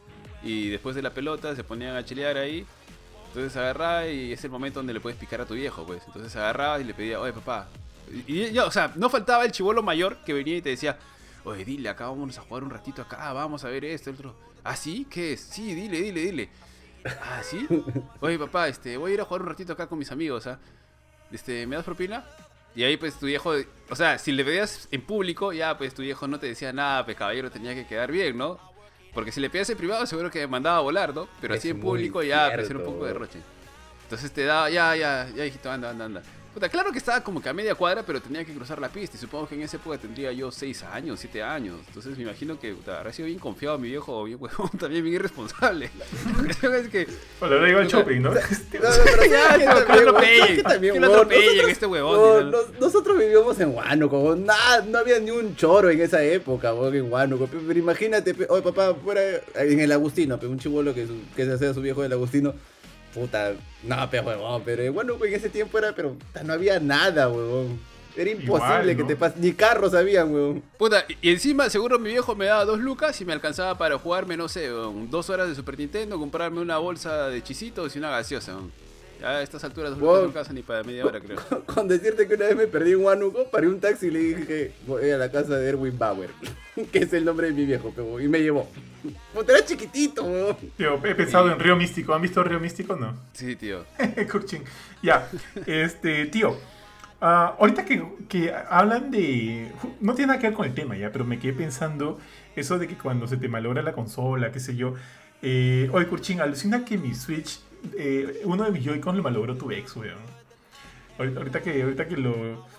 Y después de la pelota se ponían a chilear ahí. Entonces agarraba y es el momento donde le puedes picar a tu viejo, pues. Entonces agarraba y le pedía, oye papá. Y ya, o sea, no faltaba el chibolo mayor que venía y te decía, oye, dile, acá vamos a jugar un ratito acá, vamos a ver esto, el otro. ¿Ah, sí? ¿Qué es? Sí, dile. ¿Ah, sí? Oye, papá, voy a ir a jugar un ratito acá con mis amigos, ¿ah? ¿Me das propina? Y ahí, pues, tu viejo, o sea, si le pedías en público, ya, pues, tu viejo no te decía nada, pues, caballero, tenía que quedar bien, ¿no? Porque si le pedías en privado, seguro que me mandaba a volar, ¿no? Pero así en público, ya, pues, era un poco de roche. Entonces te daba, ya, hijito, anda. Puta, claro que estaba como que a media cuadra, pero tenía que cruzar la pista. Y supongo que en esa época tendría yo 6 años, 7 años. Entonces me imagino que habrá sido bien confiado mi viejo, bien huevón, también bien irresponsable. Es que... Bueno, ahora iba al shopping, ¿no? Que lo atropellen este huevón. Nosotros vivíamos en Huánuco, no había ni un choro en esa época, en Huánuco. Pero imagínate, oye papá, fuera en el Agustino, un chibolo que se hacía su viejo del Agustino. Puta, no, huevón, pero bueno, en ese tiempo no había nada, huevón. Era imposible. Igual, ¿no? Que te pase, ni carros habían, huevón. Puta, y encima seguro mi viejo me daba 2 lucas y me alcanzaba para jugarme, no sé, 2 horas de Super Nintendo, comprarme una bolsa de chisitos y una gaseosa, huevón. Ya a estas alturas 2 lucas no alcanzan ni para media hora, creo. Con decirte que una vez me perdí en Huánuco, paré un taxi y le dije, voy a la casa de Erwin Bauer, que es el nombre de mi viejo, pero, y me llevó. Puta, era chiquitito, weón. Tío, he pensado en Río Místico. ¿Han visto Río Místico? No. Sí, tío. Kurchin. Ya, tío. Ahorita que hablan de... No tiene nada que ver con el tema, ya, pero me quedé pensando eso de que cuando se te malogra la consola, qué sé yo. Oye, Kurchin, alucina que mi Switch... uno de mis Joy-Con lo malogró tu ex, weón. Ahorita que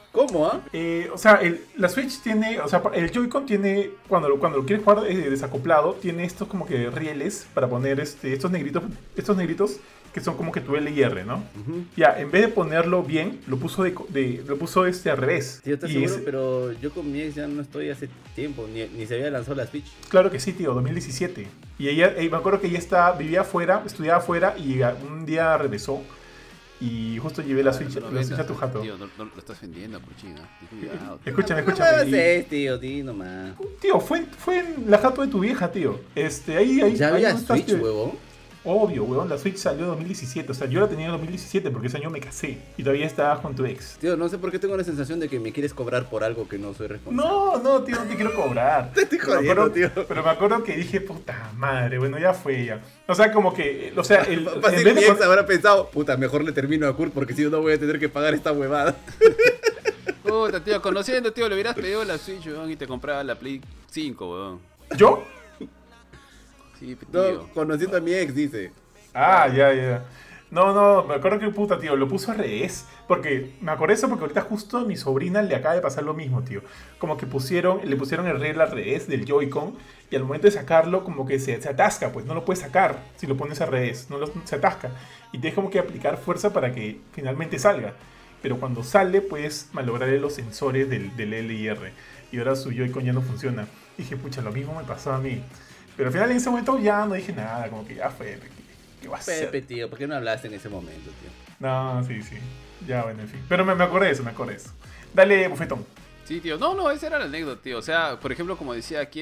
¿Cómo, ah? O sea, la Switch tiene, o sea, el Joy-Con tiene, cuando lo quieres jugar desacoplado, tiene estos como que rieles para poner estos negritos que son como que tu L y R, ¿no? Ya, en vez de ponerlo bien, lo puso al revés. Tío, ¿estás Y seguro? es- Pero yo con mi ex ya no estoy hace tiempo, ni se había lanzado la Switch. Claro que sí, tío, 2017. Y ella, me acuerdo que ella vivía afuera, estudiaba afuera y un día regresó. Y justo llevé la Switch, No lo la Switch vendas, a tu jato. Tío, no lo estás vendiendo, Cruchina. Ten cuidado, tío. Escúchame, ¿Qué escúchame. haces, tío? Di nomás. Tío, fue en la jato de tu vieja, tío. Ahí ¿Ya había ahí no estás, Switch, tío. huevón? Obvio, weón, la Switch salió en 2017. O sea, yo la tenía en 2017 porque ese año me casé. Y todavía estabas con tu ex. Tío, no sé por qué tengo la sensación de que me quieres cobrar por algo que no soy responsable. No, tío, no te quiero cobrar. Te estoy Pero me jodiendo, acuerdo- tío. Pero me acuerdo que dije, puta madre, bueno, ya fue ya. O sea, como que, o sea, en Fácil, vez mi de ex habrá pensado, puta, mejor le termino a Kurt porque si no, no voy a tener que pagar esta huevada. Puta, tío, conociendo, tío, le hubieras pedido la Switch, weón, y te compraba la Play 5, weón. ¿Yo? Sí, tío. No, conociendo a mi ex, dice. Ah, ya. No, me acuerdo que puta, tío, lo puso al revés. Porque me acordé eso porque ahorita justo a mi sobrina le acaba de pasar lo mismo, tío. Como que le pusieron el riel al revés del Joy-Con y al momento de sacarlo como que se atasca, pues no lo puedes sacar si lo pones al revés, se atasca. Y tienes como que aplicar fuerza para que finalmente salga. Pero cuando sale puedes malograr los sensores del L y R. Y ahora su Joy-Con ya no funciona. Dije, pucha, lo mismo me pasó a mí. Pero al final en ese momento ya no dije nada, como que ya fue, ¿qué va a hacer? Pepe, tío, ¿por qué no hablaste en ese momento, tío? No, sí. Ya, bueno, en fin. Pero me acordé de eso, Dale, bufetón. Sí, tío. No, esa era la anécdota, tío. O sea, por ejemplo, como decía aquí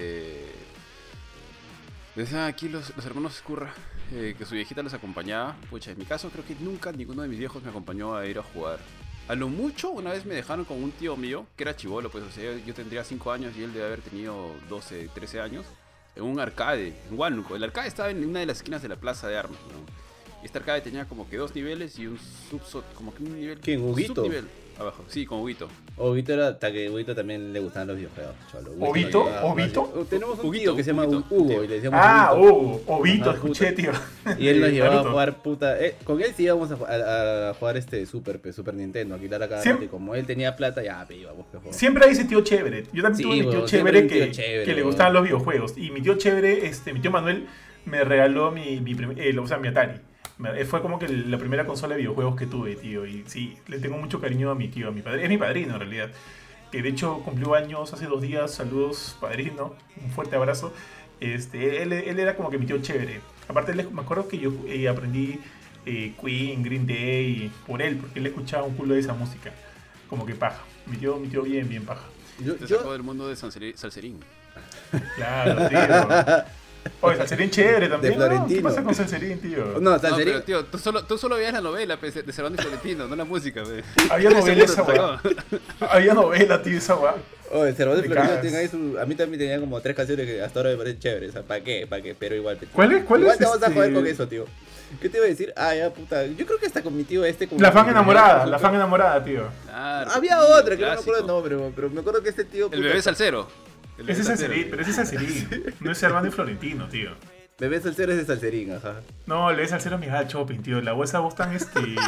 decían aquí los hermanos Escurra, que su viejita los acompañaba. Pucha, en mi caso creo que nunca ninguno de mis viejos me acompañó a ir a jugar. A lo mucho, una vez me dejaron con un tío mío, que era chibolo, pues, o sea, yo tendría 5 años y él debe haber tenido 12, 13 años, en un arcade, en Huánuco. El arcade estaba en una de las esquinas de la plaza de armas, ¿no? Y este arcade tenía como que 2 niveles y un como que un nivel... ¿Quién, Huguito? Subnivel abajo, sí, con Huguito. Huguito era hasta que Huguito también le gustaban los videojuegos, cholo. Huguito ¿Obito? llevaba ¿Obito? más- Tenemos un Huguito, tío que se llama Huguito, Hugo tío. y le decíamos Ah, Huguito. Obito, Ajá, escuché, tío. Y él nos llevaba a Naruto. jugar puta. Con él sí íbamos a jugar Super Nintendo, a quitar a cada Siempre- rato. Y como él tenía plata, ya íbamos que jugar. Siempre hay ese tío chévere. Yo también Sí, tuve mi tío weón, siempre chévere hay un que, tío chévere, que le weón. gustaban los videojuegos. Y mi tío chévere, mi tío Manuel, me regaló mi Atari. Fue como que la primera consola de videojuegos que tuve, tío. Y sí, le tengo mucho cariño a mi tío, a mi padre. Es mi padrino, en realidad. Que de hecho cumplió años hace 2 días. Saludos, padrino. Un fuerte abrazo. Él era como que mi tío chévere. Aparte, me acuerdo que yo aprendí Queen, Green Day por él, porque él escuchaba un culo de esa música. Como que paja. Mi tío bien paja. Te sacó del mundo de Salserín. Claro, tío. Oye, Salserín chévere también. De ¿no? ¿Qué Florentino. pasa con Salserín, tío? No, No, Salserín. pero tío, tú solo veías la novela pues, de Cervantes y Florentino, no la música, pues. Había novela esa Seguro, weá. Había novela, tío, esa weá. Oye, Cervantes Me Florentino cagas. tiene ahí a mí también tenía como 3 canciones que hasta ahora me parecen chéveres. O sea, ¿para qué? Pero igual. ¿Cuál es? Igual te vas a joder con eso, tío. ¿Qué te iba a decir? Ah, ya, puta. Yo creo que hasta con mi tío como La fan que- enamorada, tío. Claro, Había sí, otra, que no me clásico. acuerdo el nombre, pero me acuerdo que este tío. El puta, bebé salsero. El bebé Ese es salsero. Salserín, pero ese es Salserín. No es Servando y Florentino, tío. Bebé salsero es de Salserín, ajá. No, le es Salsero a mi gata Shopping, tío. La esa voz tan,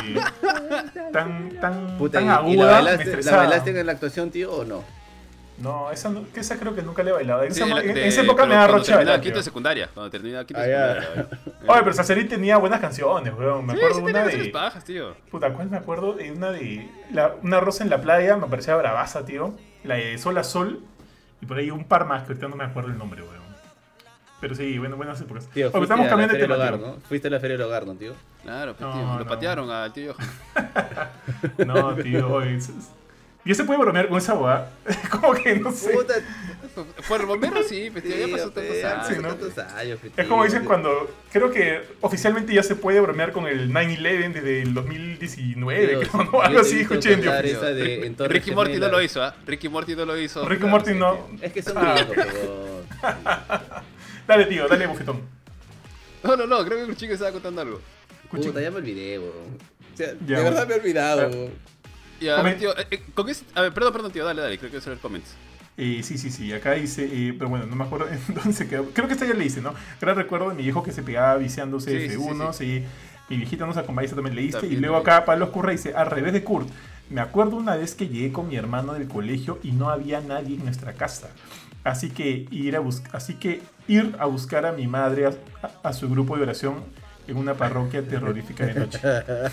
tan Puta, tan ¿y aguda, la me bailaste, estresaba. la bailaste en la actuación, tío, o no? No, esa creo que nunca le he bailado. En Sí, esa época me da cuando rocha terminaba bailar, quinto tío. de secundaria. Cuando terminaba quinto Ah, de ya. secundaria. Oye, pero Salserín tenía buenas canciones, weón. Me acuerdo Sí, una tenía de... canciones pajas, tío. Puta, ¿cuál me acuerdo? Una de... Una rosa en la playa, me parecía bravaza, tío. La de Sol a Sol. Y por ahí un par más, que ahorita no me acuerdo el nombre, weón. Pero sí, bueno, buenas épocas. Tío, Oye, fuiste estamos a la cambiando de Feria del tema, Hogar, tío. ¿no? Fuiste a la Feria del Hogar, ¿no, tío? Claro, pues, No, tío. Lo no. patearon al tío Johan. No, tío, oye. ¿Y se puede bromear con esa weá? Como que no sé. Puta, Por el bombero sí, pues, tío, ya tío, pasó tantos pe, años. sí, ¿no? tantos años, pe, Es tío. como dicen cuando. Creo que oficialmente ya se puede bromear con el 9-11 desde el 2019, Tío, creo, ¿no? yo Algo te así, he visto escuché en contar Dios. esa de en Torres Ricky Morty no Gemelas. lo hizo, ¿ah? Ricky Morty no lo hizo. Ricky Claro, Morty sí, no. tío. Es que son Ah. viejos, pero... Dale, tío, dale, bufetón. No, creo que el chico estaba contando algo. Escuchen. Puta, ya me olvidé, weón. O sea, Ya, de verdad bueno. me he olvidado, Ah. weón. Y a ver, Comen- tío, con ese... A ver, perdón, tío, dale, creo que eso era el comments. Sí, acá dice, pero bueno, no me acuerdo en dónde se quedó. Creo que esta ya le hice, ¿no? Gran recuerdo de mi viejo que se pegaba viciándose Sí, sí, F1, sí. Mi viejita nos acompaña, esa también leíste. También, y luego también. acá Pablo Escurra dice, al revés de Kurt, Me acuerdo una vez que llegué con mi hermano del colegio y no había nadie en nuestra casa. Así que ir a buscar a mi madre a su grupo de oración en una parroquia terrorífica de noche.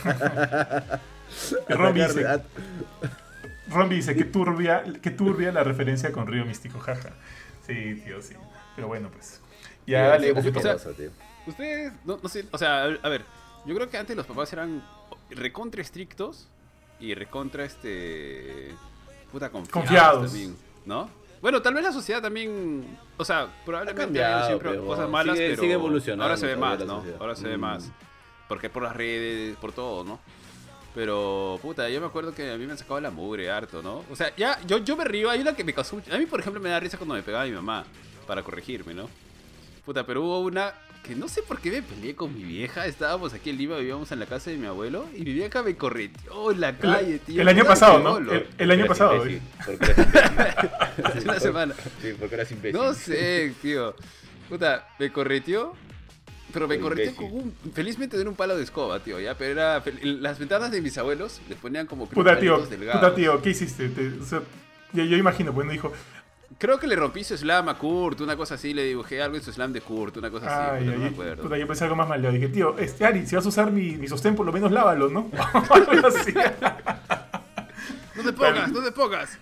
Rombi dice que turbia la referencia con Río Místico, jaja. Sí, tío, sí. Pero bueno, pues. Ya, dale, tío. Ustedes, no sé, o sea, a ver, yo creo que antes los papás eran recontra estrictos y recontra, puta, confiados también, ¿no? Bueno, tal vez la sociedad también, o sea, probablemente ha habido siempre cosas malas, pero sigue evolucionando. Ahora se ve más, ¿no? Ahora se ve más. Porque por las redes, por todo, ¿no? Pero, puta, yo me acuerdo que a mí me han sacado la mugre harto, ¿no? O sea, ya, yo me río, hay una que me causó mucho. A mí, por ejemplo, me da risa cuando me pegaba mi mamá para corregirme, ¿no? Puta, pero hubo una que no sé por qué me peleé con mi vieja. Estábamos aquí en Lima, vivíamos en la casa de mi abuelo y mi vieja me correteó en la calle, tío. El año pasado, ¿no? El año pasado, güey. Hace una semana. Sí, porque eras imbécil. No sé, tío. Puta, me correteó. Pero me correteó con felizmente de un palo de escoba, tío, ya. Pero era... Las ventanas de mis abuelos les ponían como palitos delgados. Puta, tío, ¿qué hiciste? O sea, yo imagino, pues, no dijo... Creo que le rompí su slam a Kurt, una cosa así, le dibujé algo en su slam de Kurt, una cosa así, no me acuerdo. Puta, yo pensé algo más mal, le dije, tío, Ari, si vas a usar mi sostén, por lo menos lávalo, ¿no? Algo así. No te pongas.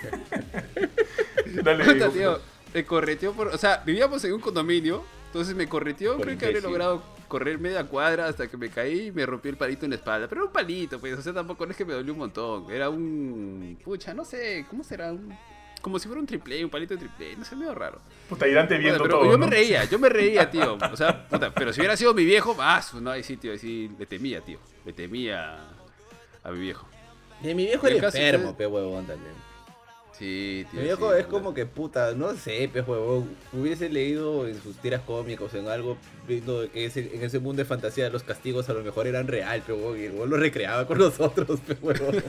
Dale, puta, tío, me correteó por... O sea, vivíamos en un condominio, entonces me correteó, creo que habría logrado correr media cuadra hasta que me caí y me rompí el palito en la espalda. Pero era un palito, pues, o sea, tampoco no es que me dolió un montón. Era un... Pucha, no sé, ¿cómo será? Como si fuera un triple, un palito de triple, no sé, medio raro. Puta, y Dante viendo pero todo, yo me reía, tío. O sea, puta, pero si hubiera sido mi viejo, no, ahí sí, tío, ahí sí, le temía, tío. Le temía a mi viejo. Y mi viejo era enfermo, pe huevón, también. Sí, tío. Mi viejo es como que, puta, no sé, pe huevón. Hubiese leído en sus tiras cómicas o en algo, viendo que en ese mundo de fantasía los castigos a lo mejor eran real, pe huevón. Y el huevón lo recreaba con nosotros, pe huevón.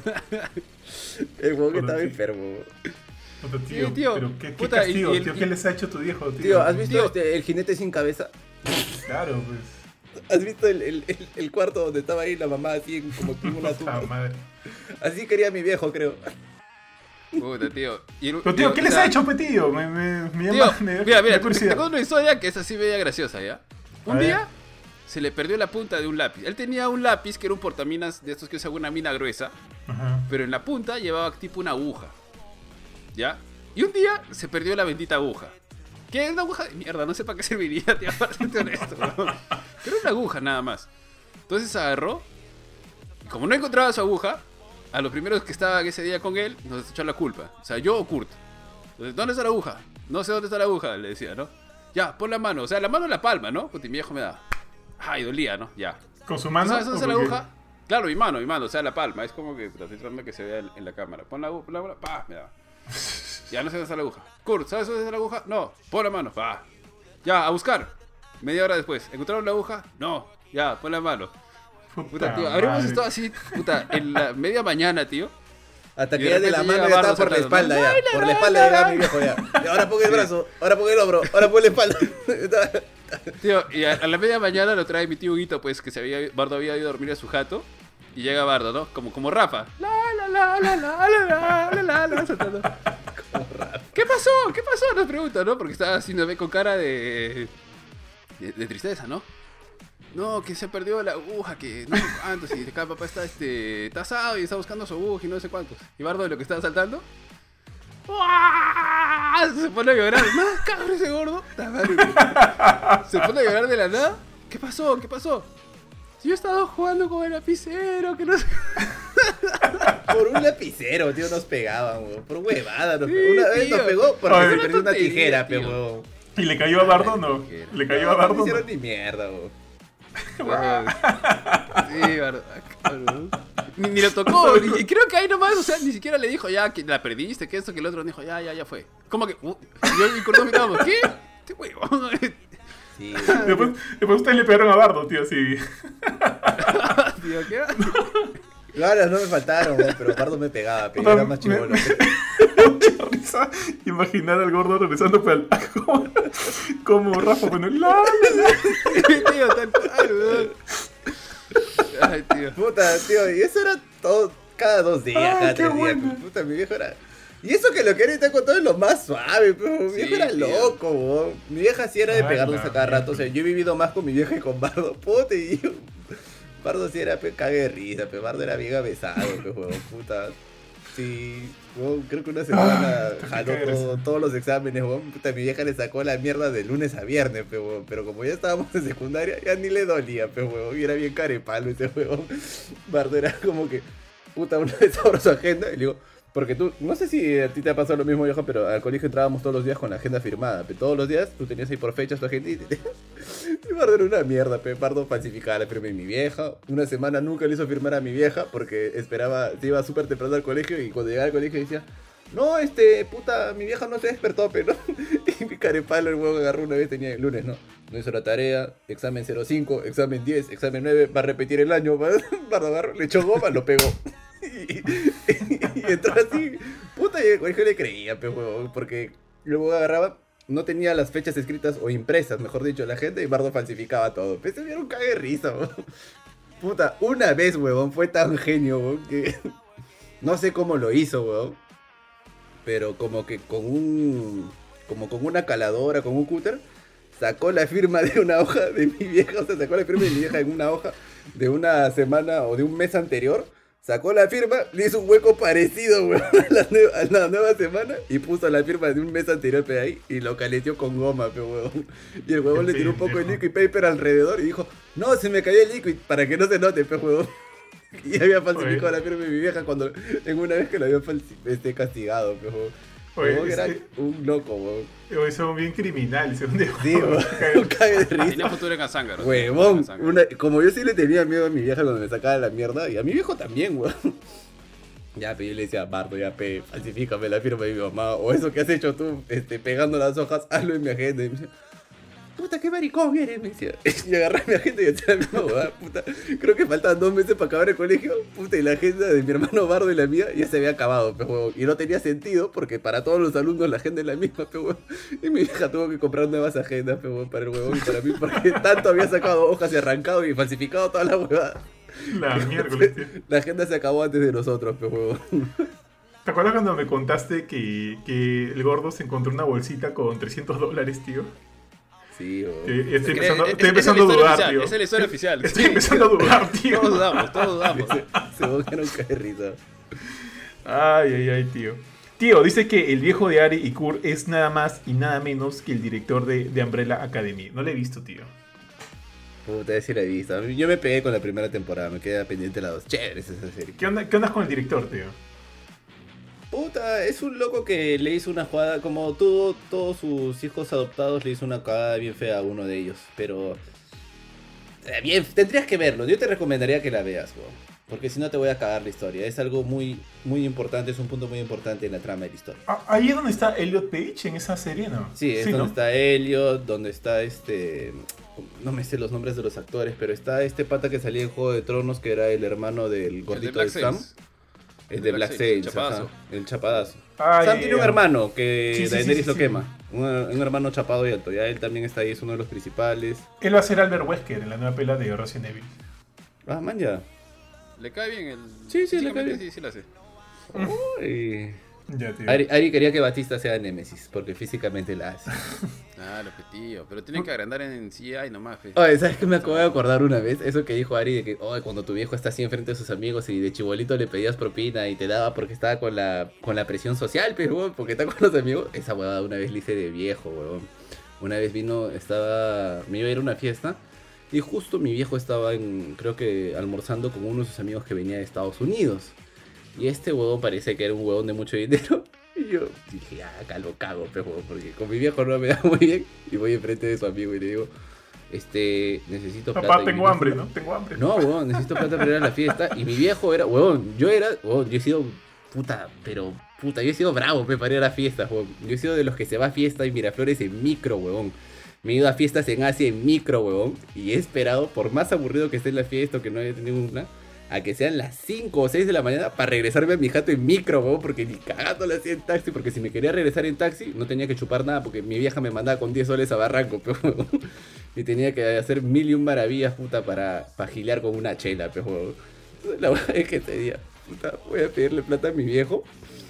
El huevón que estaba enfermo. Puta, tío, sí, tío. Pero qué puta, castigo, tío. ¿Qué les ha hecho tu viejo, tío? Tío, ¿has visto el jinete sin cabeza? Claro, pues. ¿Has visto el cuarto donde estaba ahí la mamá así como en una tumba? Madre. Así quería mi viejo, creo. Puta, tío. Pero, tío, ¿qué les ha hecho, pe, tío? Me mira, te cuento una historia que es así media graciosa, ¿ya? Un día se le perdió la punta de un lápiz. Él tenía un lápiz que era un portaminas de estos que usa una mina gruesa, pero en la punta llevaba tipo una aguja. ¿Ya? Y un día se perdió la bendita aguja. ¿Qué es una aguja de mierda? No sé para qué serviría, tío, para serte honesto, ¿no? Pero era una aguja nada más. Entonces agarró. Y como no encontraba su aguja, a los primeros que estaban ese día con él, nos echó la culpa. O sea, yo o Kurt. Entonces, ¿dónde está la aguja? No sé dónde está la aguja, le decía, ¿no? Ya, pon la mano. O sea, la mano en la palma, ¿no? Porque mi viejo me da. Ay, dolía, ¿no? Ya. ¿Con su mano? ¿Sabes dónde está la aguja? Claro, mi mano, o sea, la palma. Es como que estoy tratando que se vea en la cámara. Pon la aguja, pa, me da. Ya no sé dónde está la aguja. Kurt, ¿sabes dónde está la aguja? No, pon la mano, va. Ya, a buscar. Media hora después. ¿Encontraron la aguja? No. Ya, pon la mano. Puta, tío, habremos estado así, puta, en la media mañana, tío. Hasta que ya de la mano ya estaba por la espalda, ya. Por la espalda llegaba mi viejo, ya. Y ahora pon el brazo, ahora pon el hombro, ahora pon la espalda. Tío, y a la media mañana lo trae mi tío Huguito, pues, que Bardo había ido a dormir a su jato. Y llega Bardo, ¿no? Como Rafa. Saltando. ¿Qué pasó? ¿Qué pasó? Nos pregunta, ¿no? Porque estaba haciéndome con cara de tristeza, ¿no? No, que se perdió la aguja, que no sé cuántos. Y acá papá está asado y está buscando su aguja y no sé cuántos. Y Bardo de lo que estaba saltando. Se pone a llorar. No, cabrón, ese gordo. Se pone a llorar de la nada. ¿Qué pasó? ¿Qué pasó? Yo he estado jugando con el lapicero, que no sé. Por un lapicero, tío, nos pegaban, weón. Por huevada. Sí, una vez nos pegó porque Ay, se perdió una tijera, tío. weón. ¿Y le cayó a Bardo no? ¿Le cayó a Bardo No no? hicieron ni mierda, weón. Sí, Bardo. Ni lo tocó. Y creo que ahí nomás, o sea, ni siquiera le dijo ya que la perdiste, que esto, que el otro. Dijo ya fue. Como que. Yo y Cordón mirábamos, ¿qué? Este huevón. Sí. Después ustedes le pegaron a Bardo, tío, así. Tío, ¿qué? Claro, no me faltaron, weón, pero Bardo me pegaba, pero era más chivolo. Mucha risa imaginar al gordo regresando como Rafa, bueno, Tío, tal cual, weón. Ay, tío. Puta, tío, y eso era todo. cada 2 días, cada 3 días. bueno. Puta, mi viejo era... Y eso que lo que ahorita con todo es lo más suave, pero mi viejo era tío. loco, weón. Mi vieja sí era de Ay, pegarnos la a cada rato. O sea, mierda. yo he vivido más con mi vieja que con Bardo. Puta, y yo... Bardo sí era cague de risa, pero Bardo era bien besado, weón, puta. Sí, weón, creo que una semana Qué jaló cague de risa. todos los exámenes, weón. Puta, mi vieja le sacó la mierda de lunes a viernes, weón. Pero como ya estábamos en secundaria, ya ni le dolía, weón. Y era bien carepalo ese weón. Bardo era como que, puta, una vez abro su agenda y le digo, porque tú, no sé si a ti te ha pasado lo mismo, viejo, pero al colegio entrábamos todos los días con la agenda firmada. Pero todos los días tú tenías ahí por fechas tu agenda y y Bardo era una mierda, Bardo falsificaba la firma de mi vieja. Una semana nunca le hizo firmar a mi vieja porque esperaba, se iba súper temprano al colegio y cuando llegaba al colegio decía, no, puta, mi vieja no se despertó, pero y mi carepalo el huevo agarró una vez, tenía el lunes, ¿no? No hizo la tarea, examen 05, examen 10, examen 9, va a repetir el año, Bardo agarró, le echó goma, lo pegó. Y entró así, puta, y el colegio le creía, huevo, porque luego agarraba, no tenía las fechas escritas o impresas, mejor dicho, la gente y Bardo falsificaba todo. Pues se vieron cague de risa, weón. Puta, una vez, huevón, fue tan genio, weón, que no sé cómo lo hizo, weón. Pero como que como con una caladora, con un cúter, sacó la firma de una hoja de mi vieja, o sea, sacó la firma de mi vieja en una hoja de una semana o de un mes anterior. Sacó la firma, le hizo un hueco parecido, weón, a la nueva semana y puso la firma de un mes anterior pe ahí y lo caleteó con goma, pe huevón. Y el huevón le tiró un poco de liquid paper alrededor y dijo, no, se me cayó el liquid para que no se note, pe huevón. Y había falsificado la firma de mi vieja cuando en una vez que lo había castigado, pe huevón. Oye, Huevón era un loco, huevón. Hoy son bien criminales, son de Sí, huevón, un cague de risa. Tenía futuro en Gazángaro. Huevón, como yo sí le tenía miedo a mi vieja cuando me sacaba la mierda, y a mi viejo también, huevón. Ya, pero yo le decía, Bardo, ya, falsifícame la firma de mi mamá, o eso que has hecho tú, pegando las hojas, hazlo en mi agenda. Y me decía, puta, qué maricón eres, me decía. Y agarré mi agenda y decía la misma huevada, puta. Creo que faltaban 2 meses para acabar el colegio, puta, y la agenda de mi hermano Bardo y la mía ya se había acabado, pe huevón. Y no tenía sentido, porque para todos los alumnos la agenda es la misma, pe huevón. Y mi hija tuvo que comprar nuevas agendas, pe huevón, para el huevón y para mí, porque tanto había sacado hojas y arrancado y falsificado toda la huevada. la miércoles, tío. La agenda se acabó antes de nosotros, pe huevón. ¿Te acuerdas cuando me contaste que el gordo se encontró una bolsita con $300, tío? Sí, huevón. Estoy Es empezando que a esa es la historia dudar, oficial, tío. esa es la historia oficial. Estoy empezando a dudar, tío. Todos dudamos, todos dudamos. Se bocaron caer de risa. Ay, tío. Tío, dice que el viejo de Ari y Kurt es nada más y nada menos que el director de Umbrella Academy. No lo he visto, tío. Puta, sí la he visto. Yo me pegué con la primera temporada, me queda pendiente la 2. Chéveres esa serie. ¿Qué onda con el director, tío? Puta, es un loco que le hizo una jugada, como tuvo todos sus hijos adoptados, le hizo una cagada bien fea a uno de ellos. Pero... bien, tendrías que verlo. Yo te recomendaría que la veas, weón. Porque si no te voy a cagar la historia. Es algo muy, muy importante, es un punto muy importante en la trama de la historia. Ahí es donde está Elliot Page en esa serie, ¿no? Sí, es ¿no? donde está Elliot, donde está no me sé los nombres de los actores, pero está este pata que salía en Juego de Tronos, que era el hermano del gordito de Sam. El de Black Sails, Chapadazo. el chapadazo. Ah, Sam ya, tiene un ya. hermano que Sí, sí, Daenerys sí, lo sí. quema. Un hermano chapado y alto. Ya él también está ahí, es uno de los principales. Él va a ser Albert Wesker en la nueva pela de Resident Evil. Ah, man, ya. Le cae bien el. Sí, sí, le cae bien. Sí, sí, lo hace. Uy. Ya, tío. Ari quería que Batista sea Némesis, porque físicamente la hace. Ah, lo tío. Pero tienen que agrandar en CI nomás, fe. Oye, ¿sabes qué me acabo de acordar una vez? Eso que dijo Ari de que, oye, cuando tu viejo está así enfrente de sus amigos y de chibolito le pedías propina y te daba porque estaba con la presión social, pero huevón, porque está con los amigos. Esa huevada una vez le hice de viejo, huevón. Una vez me iba a ir a una fiesta y justo mi viejo estaba creo que almorzando con uno de sus amigos que venía de Estados Unidos. Y este huevón parece que era un huevón de mucho dinero. Y yo dije, acá lo cago, pero huevón, porque con mi viejo no me da muy bien. Y voy enfrente de su amigo y le digo, necesito plata. Papá, Y tengo mi hambre, viejo, ¿no? Tengo hambre. No, huevón, necesito plata para ir a la fiesta. Y mi viejo era, huevón, yo he sido puta, yo he sido bravo para ir a la fiesta, huevón. Yo he sido de los que se va a fiesta y Miraflores en micro, huevón. Me he ido a fiestas en Asia en micro, huevón. Y he esperado, por más aburrido que esté en la fiesta o que no haya tenido una, a que sean las 5 o 6 de la mañana para regresarme a mi jato en micro, huevón, porque ni cagando la hacía en taxi, porque si me quería regresar en taxi no tenía que chupar nada, porque mi vieja me mandaba con 10 soles a Barranco, pero, huevón, y tenía que hacer 1001 maravillas, puta, para gilear con una chela, pero, huevón. La verdad es que ese día puta, voy a pedirle plata a mi viejo.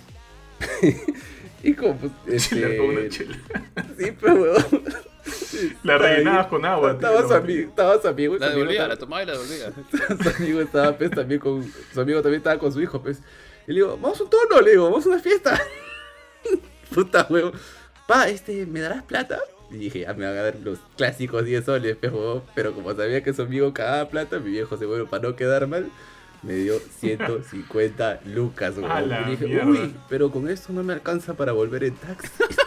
Y como, pues, Chela con una chela. sí, pero huevón. La rellenabas con agua. Estaba su amigo. La devolvía, la tomaba y la devolvía. Su amigo estaba, pues, también con... Su amigo también estaba con su hijo, pues. Y le digo, vamos a un tono, le digo, vamos a una fiesta. Puta, huevo. Pa, ¿me darás plata? Y dije, ya me van a dar los clásicos 10 soles, pejo. Pero como sabía que su amigo cagaba plata, mi viejo se bueno, para no quedar mal, me dio 150 lucas, A huevón. la Y dije, mierda. uy, pero con esto no me alcanza para volver en taxi.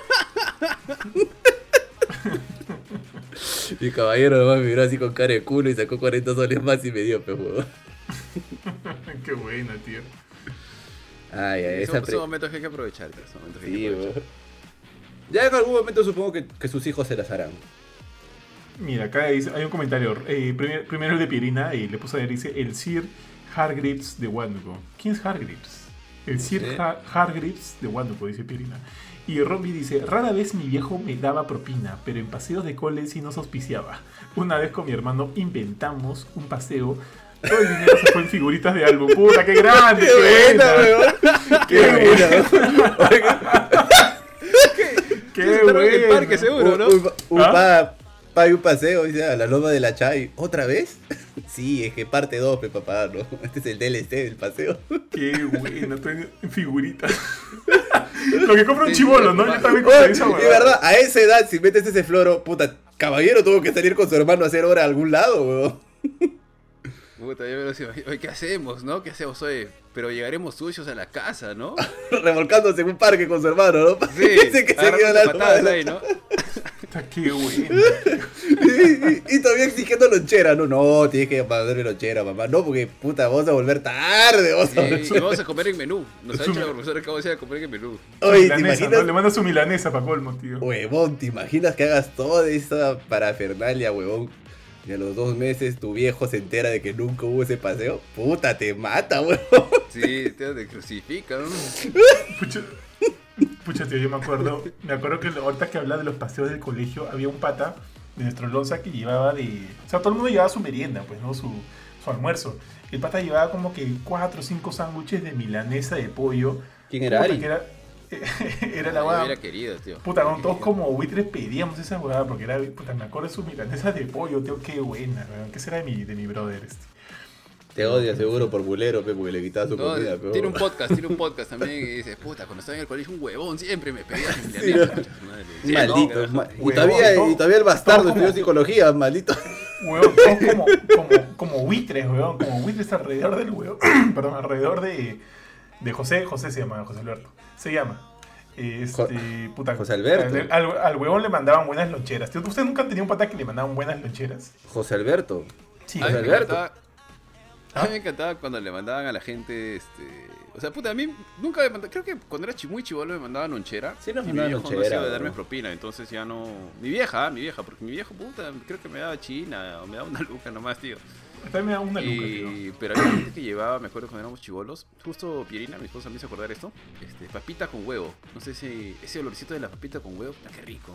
Mi caballero nomás me miró así con cara de culo y sacó 40 soles más y me dio, pejo. Qué buena, tío. Ay, ay, Son momentos que hay que aprovechar. Son momentos que hay Sí, que huevón. aprovechar. Ya en algún momento supongo que sus hijos se las harán. Mira, acá hay un comentario. Primero el de Pirina y le puse a ver, dice el Sir Hargreaves de Wanduko. ¿Quién es Hargreaves? El Sir Sí. Hargreaves de Wanduko, dice Pirina. Y Robbie dice, rara vez mi viejo me daba propina, pero en paseos de cole sí nos auspiciaba. Una vez con mi hermano inventamos un paseo. Todo el dinero se fue en figuritas de álbum. ¡Puta, qué grande! ¡Qué buena, weón! ¡Qué buena! ¡Qué Estaron en el buena! parque, seguro, ¿no? Pague un paseo, dice, a la loma de la Chay. ¿Otra vez? Sí, es que parte 2, papá, ¿no? Este es el DLC del paseo. ¡Qué buena! Estoy en figuritas. Lo que compra un chibolo, ¿no? Yo también compré esa Y huevada. verdad, a esa edad, si metes ese floro, puta, caballero tuvo que salir con su hermano a hacer hora a algún lado, weón. Puta, yo me lo decía, oye, ¿qué hacemos, no? ¿Qué hacemos hoy? Pero llegaremos sucios a la casa, ¿no? Revolcándose en un parque con su hermano, ¿no? Sí, Dice que se quedó la patadas loma. ahí, ¿no? Puta, ¡qué buena! Y todavía exigiendo lonchera, no, tienes que mandarme lonchera, mamá. No, porque puta, vamos a volver tarde, vamos a volver. Y vamos a comer en menú. Nos ha dicho la profesora que vamos a ir a comer en menú. Oye, ¿te Milanesa, ¿no? imaginas? Le manda su milanesa para colmo, tío. Huevón, ¿te imaginas que hagas toda esa parafernalia, huevón? Y a los 2 meses tu viejo se entera de que nunca hubo ese paseo. Puta, te mata, huevón. Sí, te crucifican, ¿no? Pucha, tío, yo me acuerdo que ahorita que hablaba de los paseos del colegio, había un pata de nuestro Lonza que llevaba o sea, todo el mundo llevaba su merienda, pues, ¿no? Su almuerzo. El pata llevaba como que 4 o 5 sándwiches de milanesa de pollo. ¿Quién era Puta, Ari? que era la Yo hueá. hubiera querido, tío. Puta, con todos como buitres pedíamos esa hueá porque era, puta, me acuerdo de sus milanesas de pollo, tío, qué buena, weón. ¿Qué será de mi brother este? Te odia seguro por bulero, pe, porque le quitabas su No, comida, pero... tiene un podcast también y dice, puta, cuando estaba en el colegio un huevón siempre me pedía mi milanesa. Concha su madre. Sí, Maldito. no, Y Huevón, todavía el bastardo todo estudió como- psicología, maldito. Huevón, todos como buitres, weón, como buitres alrededor del huevón, perdón, alrededor de José se llama, José Alberto, se llama. Puta, José Alberto. Al huevón le mandaban buenas loncheras. Tío, ¿ustedes nunca han tenido un pata que le mandaban buenas loncheras? José Alberto. Sí, A mí, José me Alberto. encantaba, a mí me encantaba cuando le mandaban a la gente, o sea, puta, a mí nunca me mandaban, creo que cuando era muy chivolo me mandaban lonchera. Sí, nos y mi mandaban viejo no lonchera, hacía de darme ¿no? propina, entonces ya no... Mi vieja, porque mi viejo, puta, creo que me daba china o me daba una luca nomás, tío. también me da una luca, tío. Pero había gente que llevaba, me acuerdo cuando éramos chivolos, justo Pierina, mi esposa, me hizo acordar esto, papita con huevo. No sé si ese olorcito de la papita con huevo, puta, qué rico.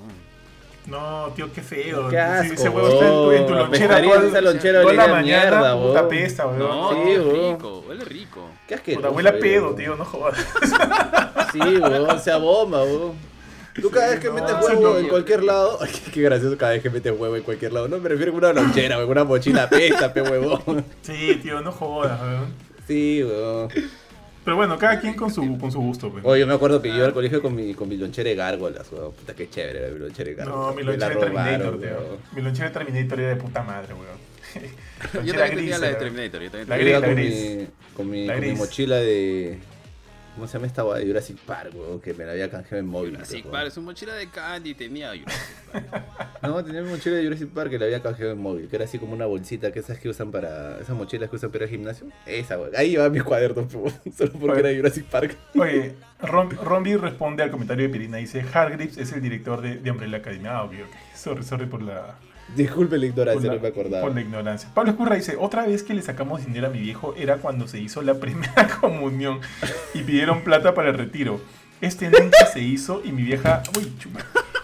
No, tío, qué feo. Qué asco, ese huevo está en tu weón. lonchera Pescaría toda, esa lonchera toda la olía a mañana, mierda, puta weón. pesta, weón. No, sí, tío, huevón. rico, huele rico. Qué asqueroso. Puta, huele a pedo, weón. tío, no jodas. Sí, weón, sea bomba, weón. Tú cada vez que no, metes sí, huevo no. en cualquier lado... Ay, qué gracioso cada vez que metes huevo en cualquier lado. No, me refiero a una lonchera, weón, una mochila pesta, pe huevón. Sí, tío, no jodas, weón. Sí, weón. Pero bueno, cada quien con su gusto, pues. Oye, yo me acuerdo que yo iba al colegio con mi lonchera de gárgolas, weón. Puta, qué chévere era mi lonchera de gárgolas. No, mi Me la lonchera de Terminator, robaron, tío. weón. Mi lonchera de Terminator era de puta madre, weón. Yo Lonchera también tenía la de era. Terminator, yo también La Yo tenía. iba con gris. La con mi gris. mochila de... ¿Cómo se llama esta guay? De Jurassic Park, weón, que me la había canjeado en móvil. Jurassic weón. Park, su mochila de candy tenía Jurassic Park. No, tenía mi mochila de Jurassic Park que la había canjeado en móvil, que era así como una bolsita, que esas que usan para... Esas mochilas que usan para el gimnasio. Esa, weón. Ahí llevaba mis cuadernos, weón, solo porque era de Jurassic Park. Oye, Rombi responde al comentario de Pirina. Dice, Hargreaves es el director de Umbrella Academy. Ah, ok. Sorry por la... Disculpe la ignorancia, Por no me acordaba. Por la ignorancia. Pablo Escurra dice, otra vez que le sacamos dinero a mi viejo era cuando se hizo la primera comunión y pidieron plata para el retiro. Nunca se hizo y mi vieja... Uy, chuma.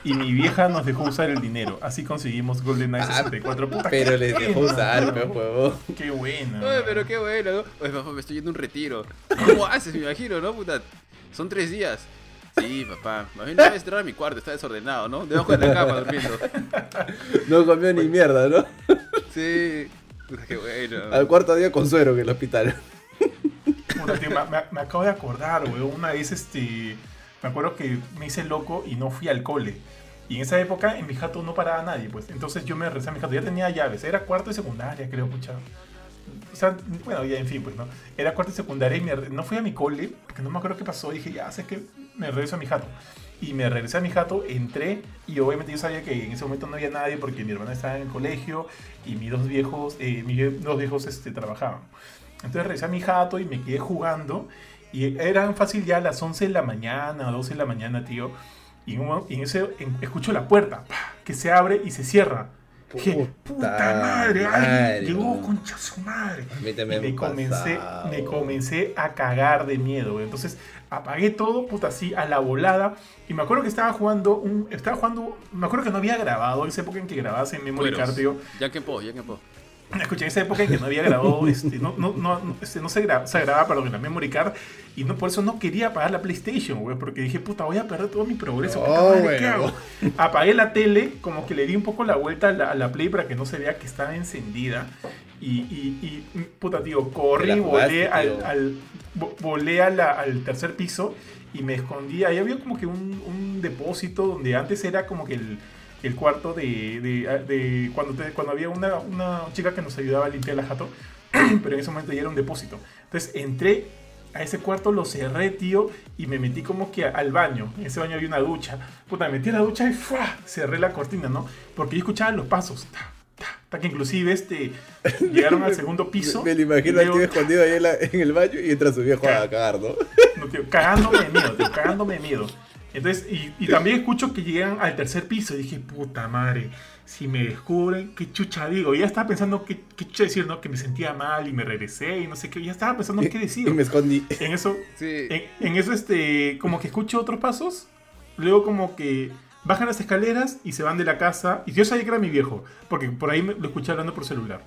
y mi vieja nos dejó usar el dinero. Así conseguimos GoldenEye 64. Puta, Pero qué les dejó bueno, usar, ¿no? pe huevón. Qué bueno. Oye, pero qué bueno, ¿no? Oye, papá, me estoy yendo a un retiro. ¿Cómo haces? Me imagino, ¿no, puta? Son 3 días. Sí, papá. Más bien no voy a entrar a mi cuarto, está desordenado, ¿no? Debajo de la cama durmiendo. No comió ni mierda, ¿no? Sí. Puta, qué bueno. Al cuarto día con suero que el hospital. Puta, tío, me acabo de acordar, weón. Una vez, me acuerdo que me hice loco y no fui al cole. Y en esa época en mi jato no paraba nadie, pues. Entonces yo me regresé a mi jato. Ya tenía llaves. Era cuarto de secundaria, creo, pucha. O sea, bueno, ya en fin, pues, ¿no? Era cuarto de secundaria y no fui a mi cole, porque no me acuerdo qué pasó. Dije, ya, sé que me regreso a mi jato. Y me regresé a mi jato, entré y obviamente yo sabía que en ese momento no había nadie porque mi hermana estaba en el colegio y mis dos viejos trabajaban. Entonces regresé a mi jato y me quedé jugando y eran fácil ya a las 11 de la mañana, 12 de la mañana, tío. Y en ese escucho la puerta, ¡pah!, que se abre y se cierra. Dije, puta madre, ay, llegó, concha su madre. A mí también Y me comencé a cagar de miedo, güey. Entonces apagué todo, puta, así, a la volada. Y me acuerdo que estaba jugando, me acuerdo que no había grabado, esa época en que grababas en Memory Card, tío. Ya que po. Escuché, en esa época en que no había grabado, no se grababa, perdón, en la Memory Card. Y no, por eso no quería apagar la PlayStation, güey, porque dije, puta, voy a perder todo mi progreso. ¿Qué hago? Apagué la tele, como que le di un poco la vuelta a la Play para que no se vea que estaba encendida. Y puta, tío, corrí, volé al tercer piso y me escondí. Ahí había como que un depósito donde antes era como que el cuarto de cuando había una chica que nos ayudaba a limpiar la jato, pero en ese momento ya era un depósito. Entonces entré a ese cuarto, lo cerré, tío, y me metí como que al baño. En ese baño había una ducha. Puta, me metí a la ducha y ¡fua!, cerré la cortina, ¿no? Porque yo escuchaba los pasos. Hasta que inclusive llegaron al segundo piso. Me lo imagino al tío escondido ahí en el baño y entra su viejo a cagar, ¿no? No, tío, cagándome de miedo, tío, cagándome de miedo. Entonces, y también escucho que llegan al tercer piso. Y dije, puta madre, si me descubren, qué chucha digo. Y ya estaba pensando qué chucha decir, ¿no? Que me sentía mal y me regresé y no sé qué. Ya estaba pensando en qué decir. Y me escondí. En eso, Sí. en eso, como que escucho otros pasos. Luego como que bajan las escaleras y se van de la casa. Y yo sabía que era mi viejo, porque por ahí lo escuché hablando por celular.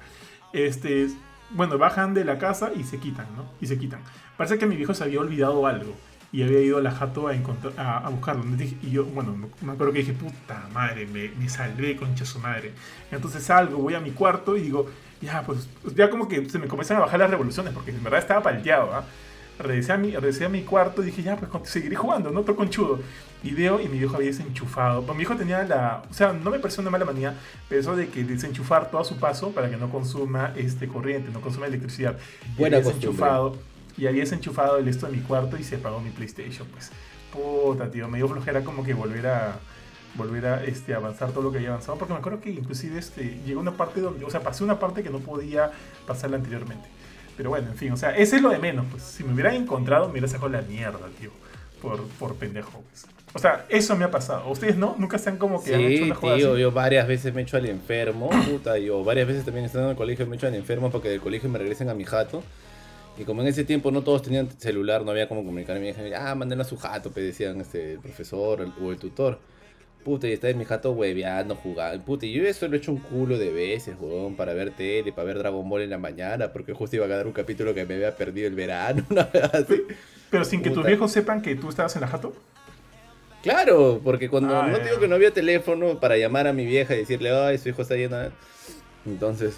Bueno, bajan de la casa y se quitan, ¿no? Y se quitan. Parece que mi viejo se había olvidado algo y había ido a la jato a buscarlo. Y yo, bueno, me acuerdo que dije, puta madre, me salvé, concha su madre. Entonces salgo, voy a mi cuarto y digo, ya, pues, ya como que se me comienzan a bajar las revoluciones, porque en verdad estaba palteado, ¿ah? Regresé a mi cuarto y dije, ya, pues seguiré jugando, ¿no? Todo conchudo. Y veo, y mi viejo había desenchufado. Pues mi viejo tenía o sea, no me pareció una mala manía, pero eso de que desenchufar todo a su paso para que no consuma corriente, no consuma electricidad. Buena costumbre. Y había desenchufado el esto de mi cuarto y se apagó mi PlayStation, pues. Puta, tío, me dio flojera como que volver a avanzar todo lo que había avanzado, porque me acuerdo que inclusive llegó una parte donde, o sea, pasé una parte que no podía pasarla anteriormente. Pero bueno, en fin, o sea, ese es lo de menos, pues. Si me hubieran encontrado, me hubiera sacado la mierda, tío, por pendejo, pues. O sea, eso me ha pasado. ¿Ustedes no? ¿Nunca están como que han hecho una jugada tío, así? yo varias veces me echo al enfermo, puta, yo varias veces también estando en el colegio me echo al enfermo porque del colegio me regresen a mi jato. Y como en ese tiempo no todos tenían celular, no había como comunicarme, me dijeron, manden a su jato, pues decían el profesor o el tutor. Puta, y estaba en mi jato hueveando, jugando. Puta, y yo eso lo he hecho un culo de veces, weón, para ver tele, para ver Dragon Ball en la mañana, porque justo iba a quedar un capítulo que me había perdido el verano, una vez así. Pero sin que Puta. tus viejos sepan que tú estabas en la jato. Claro, porque cuando no ya. digo que no había teléfono para llamar a mi vieja y decirle, ay, su hijo está lleno. Entonces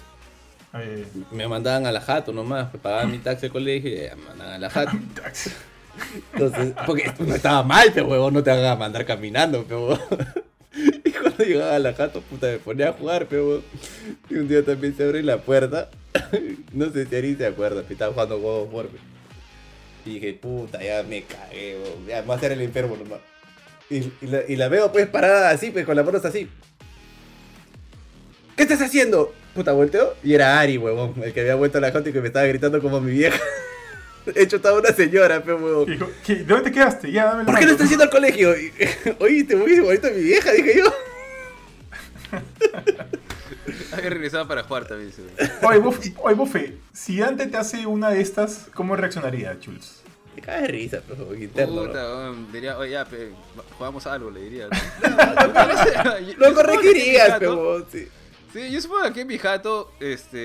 me mandaban a la jato nomás, pagaban mi taxi al colegio y me mandaban a la jato. Entonces, porque no estaba mal, pero huevón, no te hagas mandar caminando, pero y cuando llegaba a la jato, puta, me ponía a jugar, pero y un día también se abre la puerta. No sé si Ari se acuerda, pero estaba jugando God of War, pe. Y dije, puta, ya me cagué, huevón, ya me voy a hacer el enfermo nomás. Y la veo pues parada así, pues con las manos así. ¿Qué estás haciendo? Puta, volteo y era Ari, huevón, el que había vuelto a la jato y que me estaba gritando como mi vieja. De hecho, estaba una señora, pe, huevón. Dijo, ¿de dónde te quedaste? Ya, dame la ¿Por qué no mano. estás yendo al colegio? Oíste, muy bonito mi vieja, dije yo. Había regresado para jugar también. Sí. Oye, Bofe, si Dante te hace una de estas, ¿cómo reaccionaría, Chuls? Te caes de risa, pero interno. Puta, weón, diría, oye, ya, jugamos algo, le diría. Lo corregirías, pero sí. Sí, yo supongo que aquí en mi jato,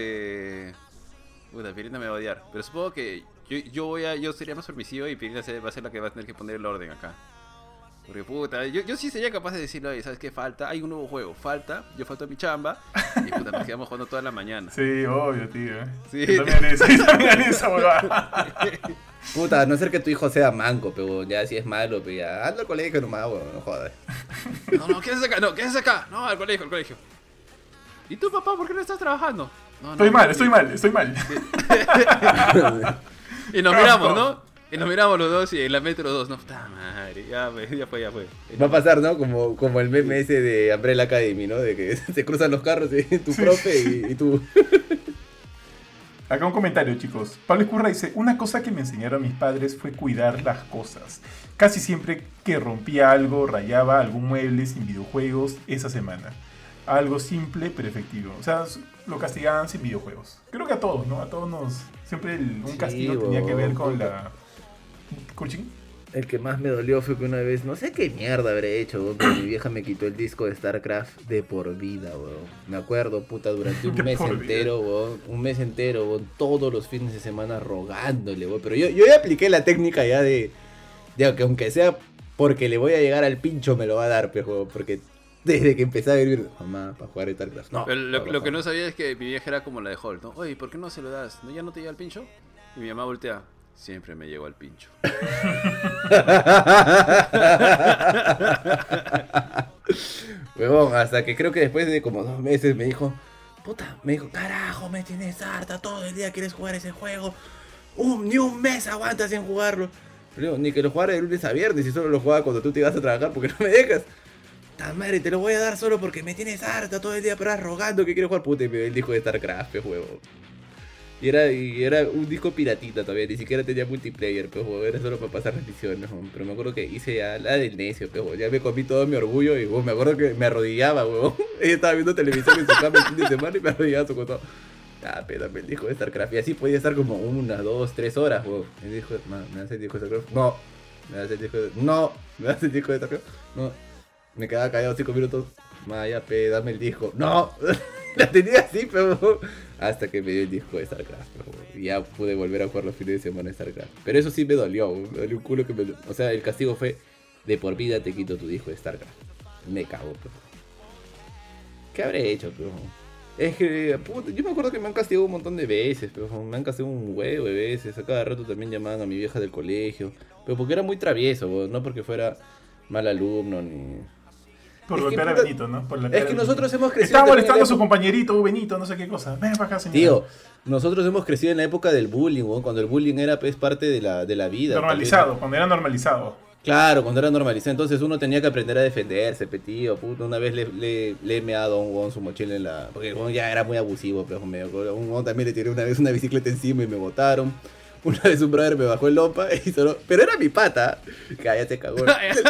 puta, Pirina me va a odiar. Pero supongo que yo sería más permisivo y Pirina va a ser la que va a tener que poner el orden acá. Porque puta, yo sí sería capaz de decirle, oye, ¿sabes qué? Falta, hay un nuevo juego, yo falto a mi chamba. Y puta, nos quedamos jugando toda la mañana. Sí, obvio, tío. Sí. Yo también haré esa huevada. Puta, a no ser que tu hijo sea manco, pero ya si es malo, pero ya anda al colegio nomás, weón, no jodas. No, quédese acá, no, al colegio. ¿Y tú, papá, por qué no estás trabajando? No, Estoy mal. Y nos miramos, ¿no? Y nos miramos los dos y en la metro 2, no, puta madre, ya fue. Va a pasar, ¿no? Como el meme ese de Umbrella Academy, ¿no? De que se cruzan los carros y tu profe y tú. Acá un comentario, chicos. Pablo Escurra dice, una cosa que me enseñaron mis padres fue cuidar las cosas. Casi siempre que rompía algo, rayaba algún mueble sin videojuegos esa semana. Algo simple pero efectivo. O sea, lo castigaban sin videojuegos. Creo que a todos, ¿no? A todos nos... Siempre un castigo tenía que ver con la... ¿Coaching? El que más me dolió fue que una vez, no sé qué mierda habré hecho, weón, pero mi vieja me quitó el disco de StarCraft de por vida, weón. Me acuerdo, puta, durante un mes entero, weón. Un mes entero, weón. Todos los fines de semana rogándole, weón. Pero yo ya apliqué la técnica ya de que aunque sea porque le voy a llegar al pincho, me lo va a dar, pero weón. Porque desde que empecé a vivir, mamá, para jugar StarCraft. No. Pero lo que no sabía es que mi vieja era como la de Holt, ¿no? Oye, ¿por qué no se lo das? ¿No, ya no te llega el pincho? Y mi mamá voltea. Siempre me llegó al pincho. Huevón, hasta que creo que después de como 2 meses me dijo, carajo, me tienes harta, todo el día quieres jugar ese juego. Ni un mes aguantas sin jugarlo. Le digo, ni que lo jugara de lunes a viernes y solo lo jugaba cuando tú te ibas a trabajar porque no me dejas. ¡Ta madre, te lo voy a dar solo porque me tienes harta todo el día, pero rogando que quiero jugar! Puta, y me dio el disco de StarCraft, juego. Y era un disco piratita todavía, ni siquiera tenía multiplayer, pero era solo para pasar repeticiones, pero me acuerdo que hice ya la del necio, pero ya me comí todo mi orgullo y me acuerdo que me arrodillaba, weón. Ella estaba viendo televisión en su cama el fin de semana y me arrodillaba su costado. Dame el disco de StarCraft. Y así podía estar como 1, 2, 3 horas, weón. Y dijo, ¿me das el disco de StarCraft? No. ¿Me das el disco de StarCraft? No. Me quedaba callado 5 minutos. Dame el disco. No. La tenía así, pero hasta que me dio el disco de StarCraft, y ya pude volver a jugar los fines de semana de StarCraft. Pero eso sí me dolió un culo que me... O sea, el castigo fue de por vida te quito tu disco de StarCraft. Me cago, pero... ¿Qué habré hecho, pero? Es que, puta, yo me acuerdo que me han castigado un montón de veces, pero me han castigado un huevo de veces. A cada rato también llamaban a mi vieja del colegio, pero porque era muy travieso, no porque fuera mal alumno ni... Por golpear a Benito, ¿no? Es que nosotros hemos crecido... Estaba molestando a su compañerito, Benito, no sé qué cosa. Ven para acá, señor. Tío, nosotros hemos crecido en la época del bullying, ¿no? Cuando el bullying era pues, parte de la vida. Normalizado, también. cuando era normalizado. Claro, cuando era normalizado. Entonces uno tenía que aprender a defenderse, tío. Puta, una vez le he meado a un huevón su mochila en la... Porque el huevón ya era muy abusivo, pero un huevón también le tiré una vez una bicicleta encima y me botaron. Una vez un brother me bajó el lopa y solo... Pero era mi pata. Cállate, cagón.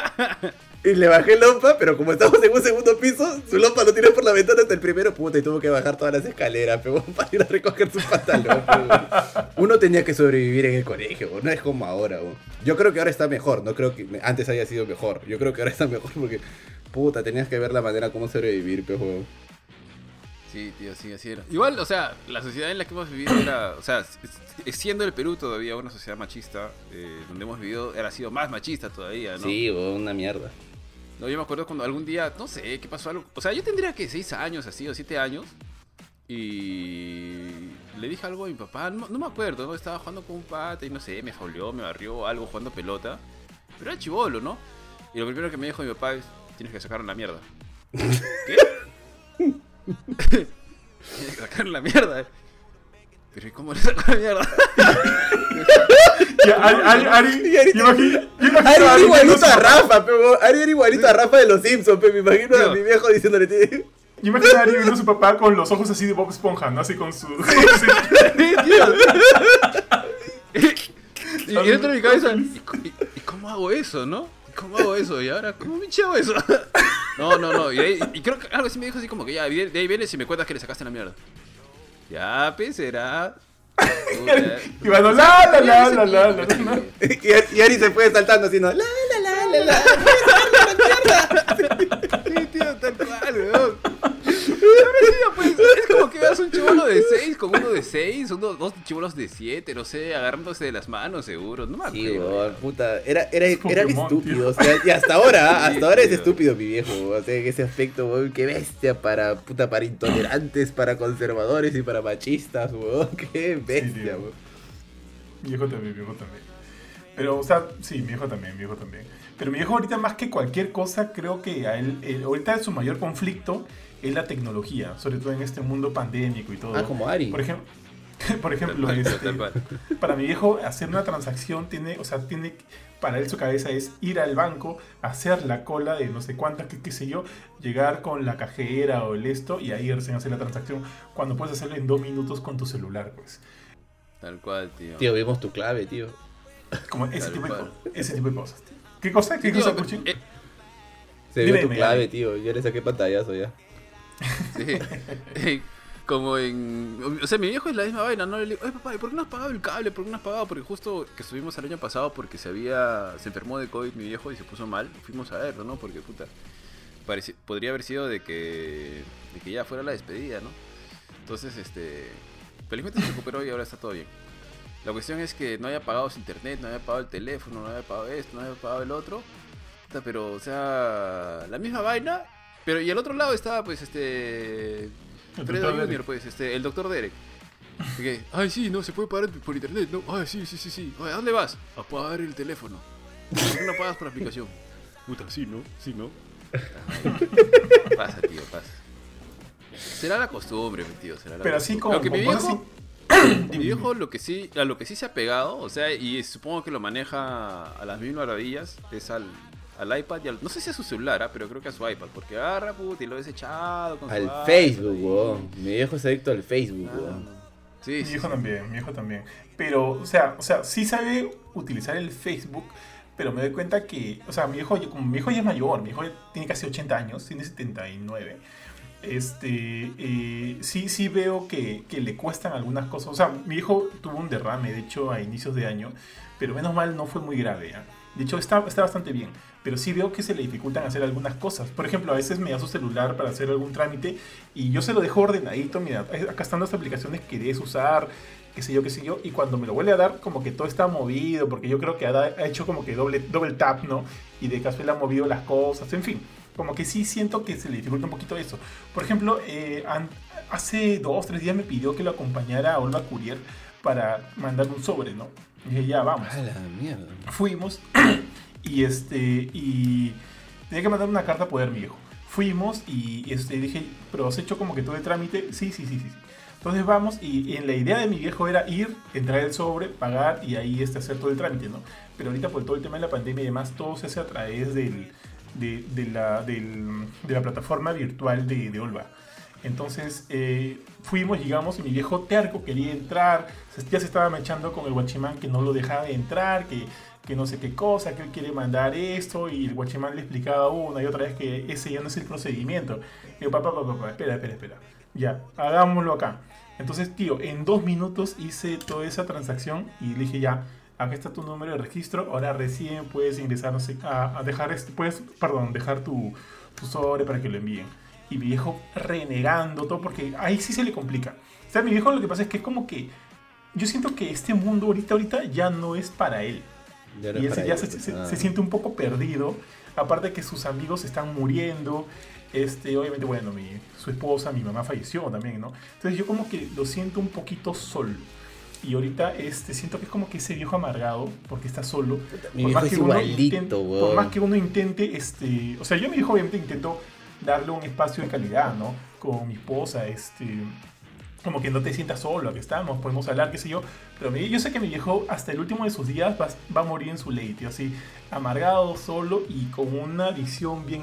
Y le bajé el lompa, pero como estamos en un segundo piso, su lompa lo tiré por la ventana hasta el primero, puta, y tuvo que bajar todas las escaleras, pero para ir a recoger su pantalón. Uno tenía que sobrevivir en el colegio, no es como ahora. Yo creo que ahora está mejor, no creo que antes haya sido mejor. Yo creo que ahora está mejor porque, puta, tenías que ver la manera como sobrevivir, pero... Sí, tío, sí, así era. Igual, o sea, la sociedad en la que hemos vivido era, o sea, siendo el Perú todavía una sociedad machista, donde hemos vivido, era sido más machista todavía, ¿no? Sí, una mierda. No, yo me acuerdo cuando algún día, no sé, qué pasó algo. O sea, yo tendría que 6 años así, o 7 años. Y le dije algo a mi papá, no me acuerdo, ¿no? Estaba jugando con un pata y no sé, me fauleó, me barrió algo jugando pelota. Pero era chibolo, ¿no? Y lo primero que me dijo mi papá es, tienes que sacar la mierda. ¿Qué? Tienes que sacar la mierda. Pero ¿y cómo le saco la mierda? Ari era igualito a Rafa, pero Ari era igualito a Rafa de los Simpsons, pero me imagino a mi viejo diciéndole... Yo imagino a Ari viendo a su papá con los ojos así de Bob Esponja, ¿no? Así con su... Y dentro de mi cabeza, ¿y cómo hago eso, no? ¿Cómo hago eso? Y ahora, ¿cómo me hago eso? No. Y creo que algo así me dijo así como que ya, de ahí vienes y me cuentas que le sacaste la mierda. Ya, pues será. Puta, Y bueno, la. Y Ari se fue saltando así, ¿no? La. Sí, tío, tal cual, weón. Pues, es como que veas un chibolo de 6 con uno de 6, dos chibolos de 7, no sé, agarrándose de las manos, seguro. No me Sí, acuerdo. weón, puta, eran Pokémon, estúpidos, o sea, y hasta ahora Sí, es tío. estúpido mi viejo, o sea, en ese aspecto, weón, qué bestia para intolerantes, para conservadores y para machistas, weón, qué bestia, tío. weón. Mi viejo también. Pero, o sea, sí, mi viejo también. Pero mi viejo ahorita más que cualquier cosa, creo que a él ahorita su mayor conflicto es la tecnología, sobre todo en este mundo pandémico y todo. Ah, como Ari. Por ejemplo, Tal cual. para mi viejo hacer una transacción tiene, para él su cabeza es ir al banco, hacer la cola de no sé cuántas, qué sé yo, llegar con la cajera o el esto y ahí recién hacer la transacción, cuando puedes hacerlo en 2 minutos con tu celular, pues. Tal cual, tío. Tío, vimos tu clave, tío. Como ese Tal tipo, cual. ese tipo de cosas, tío. ¿Qué cosa, Tío, Cuchi? Se vio tu Dime, clave, dime. tío, yo le saqué pantallazo ya. Sí. Como en... O sea, mi viejo es la misma vaina, ¿no? Le digo, oye papá, ¿y por qué no has pagado el cable? ¿Por qué no has pagado? Porque justo que estuvimos el año pasado porque se enfermó de COVID mi viejo y se puso mal. Fuimos a verlo, ¿no? Porque puta, podría haber sido de que ya fuera la despedida, ¿no? Entonces, felizmente se recuperó y ahora está todo bien. La cuestión es que no había pagado su internet, no había pagado el teléfono, no había pagado esto, no había pagado el otro. Puta, pero, o sea, la misma vaina. Pero y al otro lado estaba, pues, Fredo Dr. Junior, Derek. pues, el doctor Derek. Así que, ay, sí, no, se puede pagar por internet, ¿no? Ay, sí. Ay, ¿a dónde vas? A pagar el teléfono. ¿Por qué no pagas por aplicación? Puta, sí, ¿no? Pasa, tío, pasa. Será la costumbre, mi tío, será la Pero costumbre. así como... Aunque mi con cosas viejo... así- Mi viejo a lo que sí se ha pegado, o sea, y supongo que lo maneja a las mil maravillas, es al iPad y no sé si a su celular, pero creo que a su iPad, porque agarra, puta, y lo ves echado con su Al iPad Facebook, ahí. weón. Mi viejo es adicto al Facebook, Ah, weón. sí, Mi sí, hijo sí. también. Pero, o sea, sí sabe utilizar el Facebook, pero me doy cuenta que, o sea, como mi hijo ya es mayor, mi hijo ya tiene casi 80 años, tiene 79. Sí veo que le cuestan algunas cosas. O sea, mi hijo tuvo un derrame, de hecho, a inicios de año, pero menos mal no fue muy grave, ¿ya? De hecho, está bastante bien, pero sí veo que se le dificultan hacer algunas cosas. Por ejemplo, a veces me da su celular para hacer algún trámite y yo se lo dejo ordenadito. Mira, acá están las aplicaciones que debes usar, qué sé yo, y cuando me lo vuelve a dar, como que todo está movido, porque yo creo que ha hecho como que doble tap, ¿no? Y de casualidad ha movido las cosas, en fin. Como que sí siento que se le dificulta un poquito eso. Por ejemplo, hace 2-3 días me pidió que lo acompañara a Olva Courier para mandar un sobre, ¿no? Y dije, ya, vamos. A la mierda. Fuimos y tenía que mandar una carta a poder mi viejo. Fuimos y dije, pero has hecho como que todo el trámite. Sí. Entonces vamos y en la idea de mi viejo era ir, entrar el sobre, pagar y ahí hacer todo el trámite, ¿no? Pero ahorita por todo el tema de la pandemia y demás, todo se hace a través de la plataforma virtual de Olva. Entonces fuimos, llegamos y mi viejo terco quería entrar, ya se estaba mechando con el guachimán que no lo dejaba entrar, que no sé qué cosa, que él quiere mandar esto, y el guachimán le explicaba una y otra vez que ese ya no es el procedimiento. Digo, papá, espera, ya, hagámoslo acá. Entonces, tío, en 2 minutos hice toda esa transacción y le dije, ya, acá está tu número de registro, ahora recién puedes ingresar, no sé, a dejar dejar tu sobre para que lo envíen. Y mi viejo renegando todo, porque ahí sí se le complica. O sea, mi viejo lo que pasa es que es como que yo siento que este mundo ahorita ya no es para él. Ya no Y es ese para ya ellos, se pues, siente un poco perdido. Aparte que sus amigos están muriendo. Obviamente, bueno, su esposa, mi mamá falleció también, ¿no? Entonces yo como que lo siento un poquito solo. Y ahorita siento que es como que ese viejo amargado, porque está solo. Mi viejo es igualito, por weón. más que uno intente, o sea, yo a mi viejo obviamente intento darle un espacio de calidad, ¿no? Con mi esposa, como que no te sientas solo, aquí estamos, podemos hablar, qué sé yo. Pero yo sé que mi viejo hasta el último de sus días va a morir en su leite, así, amargado, solo y con una visión bien,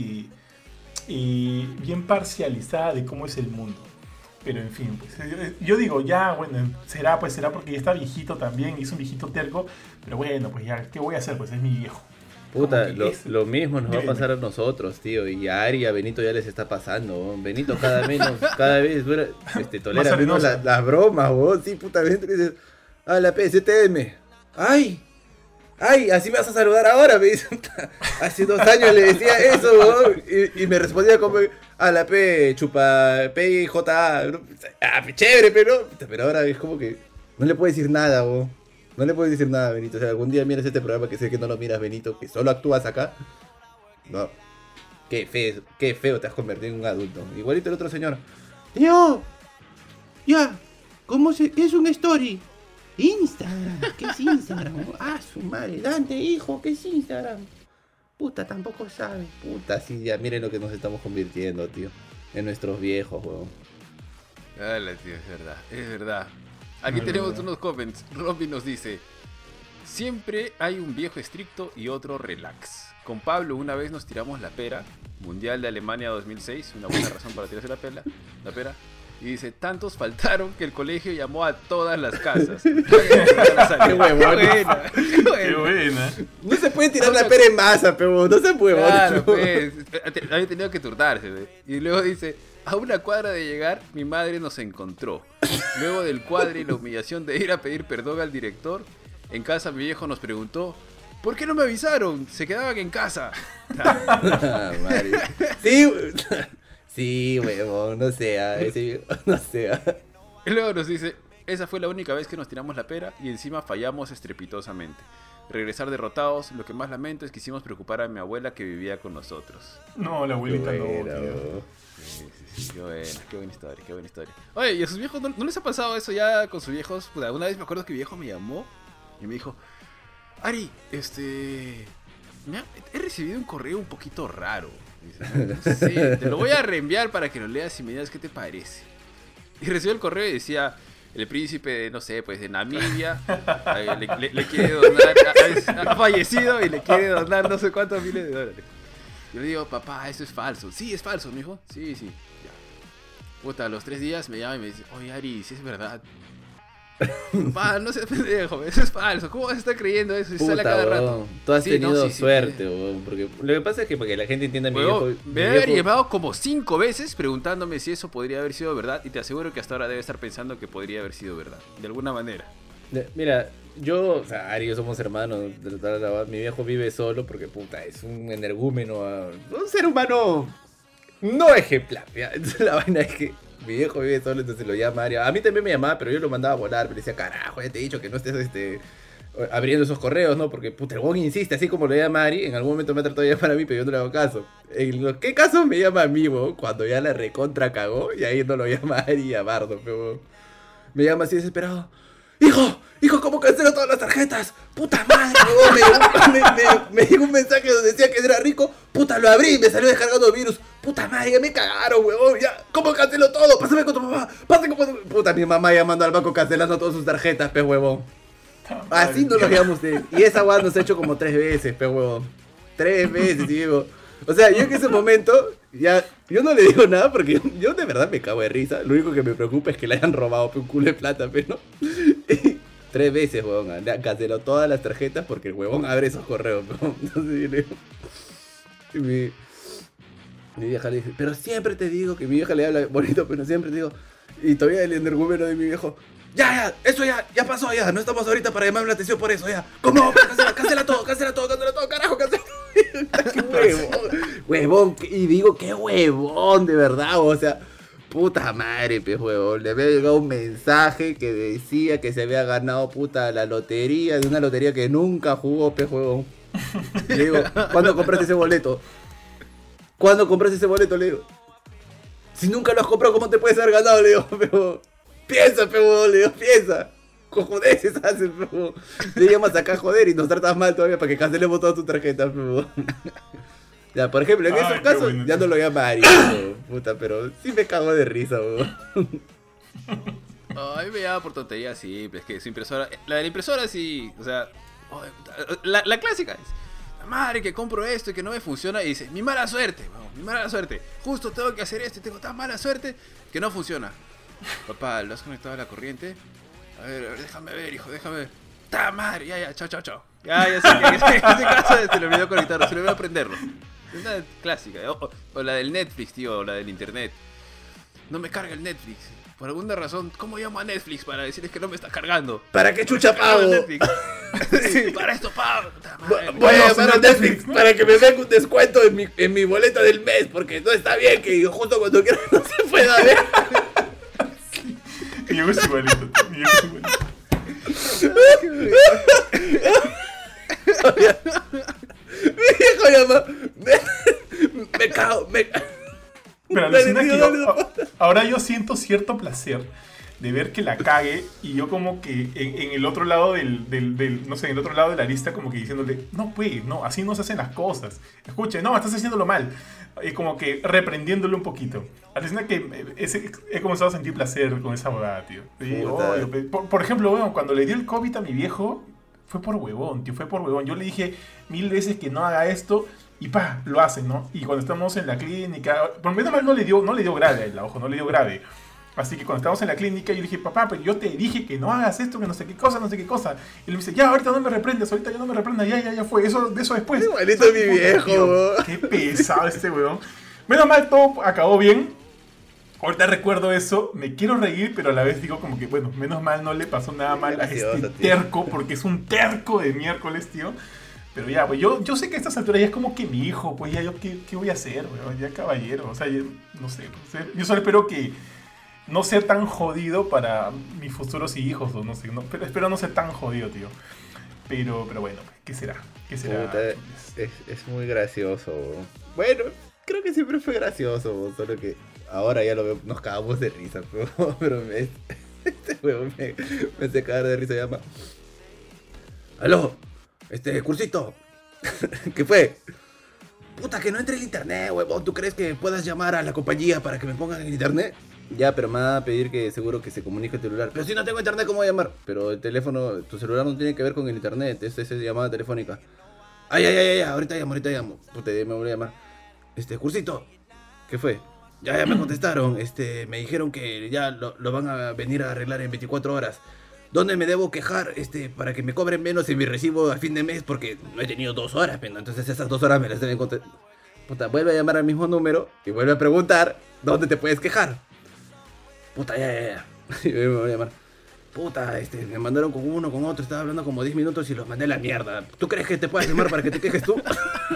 bien parcializada de cómo es el mundo. Pero en fin, pues yo digo, ya, bueno, será porque ya está viejito también, y es un viejito terco, pero bueno, pues ya, ¿qué voy a hacer? Pues es mi viejo. Puta, Como que es- lo mismo nos va a Dime. pasar a nosotros, tío. Y a Ari y a Benito ya les está pasando, weón. Benito cada vez tolera Más menos arenosa. las bromas, weón. Sí, puta, Benito dice, ah, la PSTM. ¡Ay! ¡Ay! Así me vas a saludar ahora, me dice. Hace 2 años le decía eso, weón. Y me respondía como, a la P, chupa, PIJ. Ah, chévere, pero ahora es como que no le puedes decir nada, weón. No le puedes decir nada, Benito. O sea, algún día miras este programa que sé que no lo miras, Benito, que solo actúas acá. No. Qué feo te has convertido en un adulto. Igualito el otro señor. Tío, ya, ¿qué es un story? Instagram, ¿qué es Instagram? Ah, su madre, Dante, hijo, ¿qué es Instagram? Puta, tampoco sabe. Puta, sí, ya miren lo que nos estamos convirtiendo, tío. En nuestros viejos, weón. Dale, tío, es verdad, es verdad. Aquí No, tenemos no, no. unos comments. Robin nos dice: siempre hay un viejo estricto y otro relax. Con Pablo una vez nos tiramos la pera, Mundial de Alemania 2006, una buena razón para tirarse la pera. Y dice, tantos faltaron que el colegio llamó a todas las casas. Qué huevón. buena, qué Qué buena. buena. No se puede tirar la pera en masa, pero no se puede, Claro, pues, había tenido que turtarse, ¿ve? Y luego dice, a una cuadra de llegar, mi madre nos encontró. Luego del cuadro y la humillación de ir a pedir perdón al director, en casa mi viejo nos preguntó, ¿por qué no me avisaron? Se quedaban en casa. Sí, sí, huevón, no sea, no sea. Y luego nos dice, esa fue la única vez que nos tiramos la pera y encima fallamos estrepitosamente. Regresar derrotados, lo que más lamento es que hicimos preocupar a mi abuela que vivía con nosotros. No, la abuelita no, Buena, tío. weón. Sí, qué buena historia, qué buena historia. Oye, ¿y a sus viejos no les ha pasado eso ya con sus viejos? Puta, una vez me acuerdo que mi viejo me llamó y me dijo, Ari, he recibido un correo un poquito raro. Dice, no sé, te lo voy a reenviar para que lo leas y me digas qué te parece. Y recibió el correo y decía, el príncipe de, no sé, pues de Namibia, le quiere donar, ha fallecido y le quiere donar no sé cuántos miles de dólares. Yo le digo, papá, eso es falso. Sí, es falso, mijo. Sí, sí. Ya. Puta, a los 3 días me llama y me dice, oye, Ari, si es verdad. Papá, no seas pendejo, eso es falso. ¿Cómo vas a estar creyendo eso? Y sale a Puta, cada rato. weón. Tú has Sí, tenido no, sí, sí, suerte, weón. Porque lo que pasa es que para que la gente entienda mi Huevón, viejo. me mi debe haber viejo- llamado como 5 veces preguntándome si eso podría haber sido verdad. Y te aseguro que hasta ahora debe estar pensando que podría haber sido verdad. De alguna manera. Mira, yo, o sea, Ari y yo somos hermanos. Mi viejo vive solo porque, puta, es un energúmeno, un ser humano no ejemplar. ¿Ya? Entonces, la vaina es que mi viejo vive solo, entonces lo llama Ari. A mí también me llamaba, pero yo lo mandaba a volar. Me decía, carajo, ya te he dicho que no estés abriendo esos correos, ¿no? Porque, puta, el huevón insiste, así como lo llama Ari. En algún momento me ha tratado de llamar a mí, pero yo no le hago caso. ¿En los qué casos me llama a mí, huevón? Cuando ya la recontra cagó y ahí no lo llama a Ari y a Bardo, pero me llama así desesperado. ¡Hijo, ¿cómo cancelo todas las tarjetas? ¡Puta madre, huevón! Me llegó un mensaje donde decía que era rico. ¡Puta, lo abrí! Me salió descargando virus. ¡Puta madre, ya me cagaron, huevón! ¡Ya! ¿Cómo cancelo todo? ¡Pásame con tu mamá! ¡Pásame con tu... Puta, mi mamá llamando al banco cancelando todas sus tarjetas, pe huevón. Así nos lo llama usted. Y esa weá nos ha hecho como 3 veces, pe huevón. 3 veces, y digo... O sea, yo en ese momento, ya, yo no le digo nada porque yo de verdad me cago de risa. Lo único que me preocupa es que le hayan robado un culo de plata, pero no. 3 veces, huevón, le han cancelado todas las tarjetas porque el huevón abre esos correos, huevón. Entonces yo le digo... Y mi vieja le dice, pero siempre te digo que mi vieja le habla bonito, pero siempre te digo... Y todavía el energúmeno de mi viejo... Ya, eso ya pasó, ya. No estamos ahorita para llamarme la atención por eso, ya. ¿Cómo? Cancela todo, carajo, cancela todo. Qué huevón, y digo, qué huevón, de verdad, o sea, puta madre, pe huevón. Le había llegado un mensaje que decía que se había ganado, puta, la lotería, de una lotería que nunca jugó, pe huevón. Le digo, ¿cuándo compraste ese boleto? Le digo, si nunca lo has comprado, ¿cómo te puedes haber ganado? Le digo, pero... Piensa, pe huevón, le digo, piensa. Cojodeces haces, pe huevón. Le llamas acá a joder y nos tratas mal todavía para que cancelemos todas tus tarjetas, pe huevón. Ya, por ejemplo, en Ay, esos qué casos bueno. ya no lo llama Ari, huevón, puta, pero sí me cago de risa, huevón. A mí me llama por tonterías simples, que su impresora, la de la impresora sí, o sea, la clásica es, la madre que compro esto y que no me funciona y dice, mi mala suerte, justo tengo que hacer esto y tengo tan mala suerte que no funciona. Papá, ¿lo has conectado a la corriente? A ver, déjame ver, hijo, déjame ver. ¡Ta madre! Ya, chao. Ya sé que en ese caso se le olvidó conectarlo, se le olvidó aprenderlo. Es una clásica. O la del Netflix, tío, o la del internet. No me carga el Netflix. Por alguna razón, ¿cómo llamo a Netflix para decirles que no me está cargando? ¿Para qué chucha pago? Netflix. Sí, para esto pago. Puta madre. Voy a llamar a señor Netflix Netflix, ¿no? para que me den un descuento en mi boleta del mes, porque no está bien que justo cuando quiera no se pueda ver. Mi viejo es igualito. Mi viejo es igualito. Mi viejo llama. Me cago, Pero alucina que ahora yo siento cierto placer de ver que la cague y yo como que en el otro lado no sé, en el otro lado de la lista como que diciéndole, no pues, no, así no se hacen las cosas. Escuche, no, estás haciéndolo mal. Y como que reprendiéndole un poquito. Alucina que he comenzado a sentir placer con esa abogada, tío. Sí, obvio, por ejemplo, bueno, cuando le dio el COVID a mi viejo, fue por huevón, tío, fue por huevón. Yo le dije 1000 veces que no haga esto. Y pa, lo hacen, ¿no? Y cuando estamos en la clínica, por lo menos no le dio grave a él, ojo, no le dio grave. Así que cuando estábamos en la clínica, yo le dije, papá, pero yo te dije que no hagas esto, que no sé qué cosa, no sé qué cosa. Y él me dice, ya, ahorita no me reprendes, ahorita ya no me reprendas, ya fue, de eso después. Igualito mi viejo, tío, qué pesado este weón. Menos mal, todo acabó bien. Ahorita recuerdo eso, me quiero reír, pero a la vez digo como que, bueno, menos mal no le pasó nada mal a este terco, porque es un terco de miércoles, tío. Pero ya, pues yo sé que a estas alturas ya es como que mi hijo, pues ya yo qué voy a hacer, weón, ya caballero, o sea, ya, no sé, yo solo espero que no ser tan jodido para mis futuros hijos, o no sé, pero espero no ser tan jodido, tío. Pero bueno, ¿qué será? ¿Qué será? Puta, es muy gracioso. Bueno, creo que siempre fue gracioso, solo que ahora ya lo veo, nos cagamos de risa, pero este huevo me hace cagar de risa, llama. ¡Aló! Cursito, ¿qué fue? Puta, que no entre el internet, huevón. ¿Tú crees que puedas llamar a la compañía para que me pongan en internet? Ya, pero me va a pedir que seguro que se comunique el celular. Pero si no tengo internet, ¿cómo voy a llamar? Pero el teléfono, tu celular no tiene que ver con el internet, es llamada telefónica. Ay, ahorita llamo. Puta, me voy a llamar. Cursito, ¿qué fue? Ya me contestaron, me dijeron que ya lo van a venir a arreglar en 24 horas. ¿Dónde me debo quejar para que me cobren menos en mi recibo a fin de mes? Porque no he tenido 2 horas, pero entonces esas 2 horas me las deben contestar. Puta, vuelve a llamar al mismo número y vuelve a preguntar ¿dónde te puedes quejar? Puta, ya. Y me voy a llamar. Puta, me mandaron con uno, con otro, estaba hablando como 10 minutos y los mandé a la mierda. ¿Tú crees que te puedas llamar para que te quejes tú?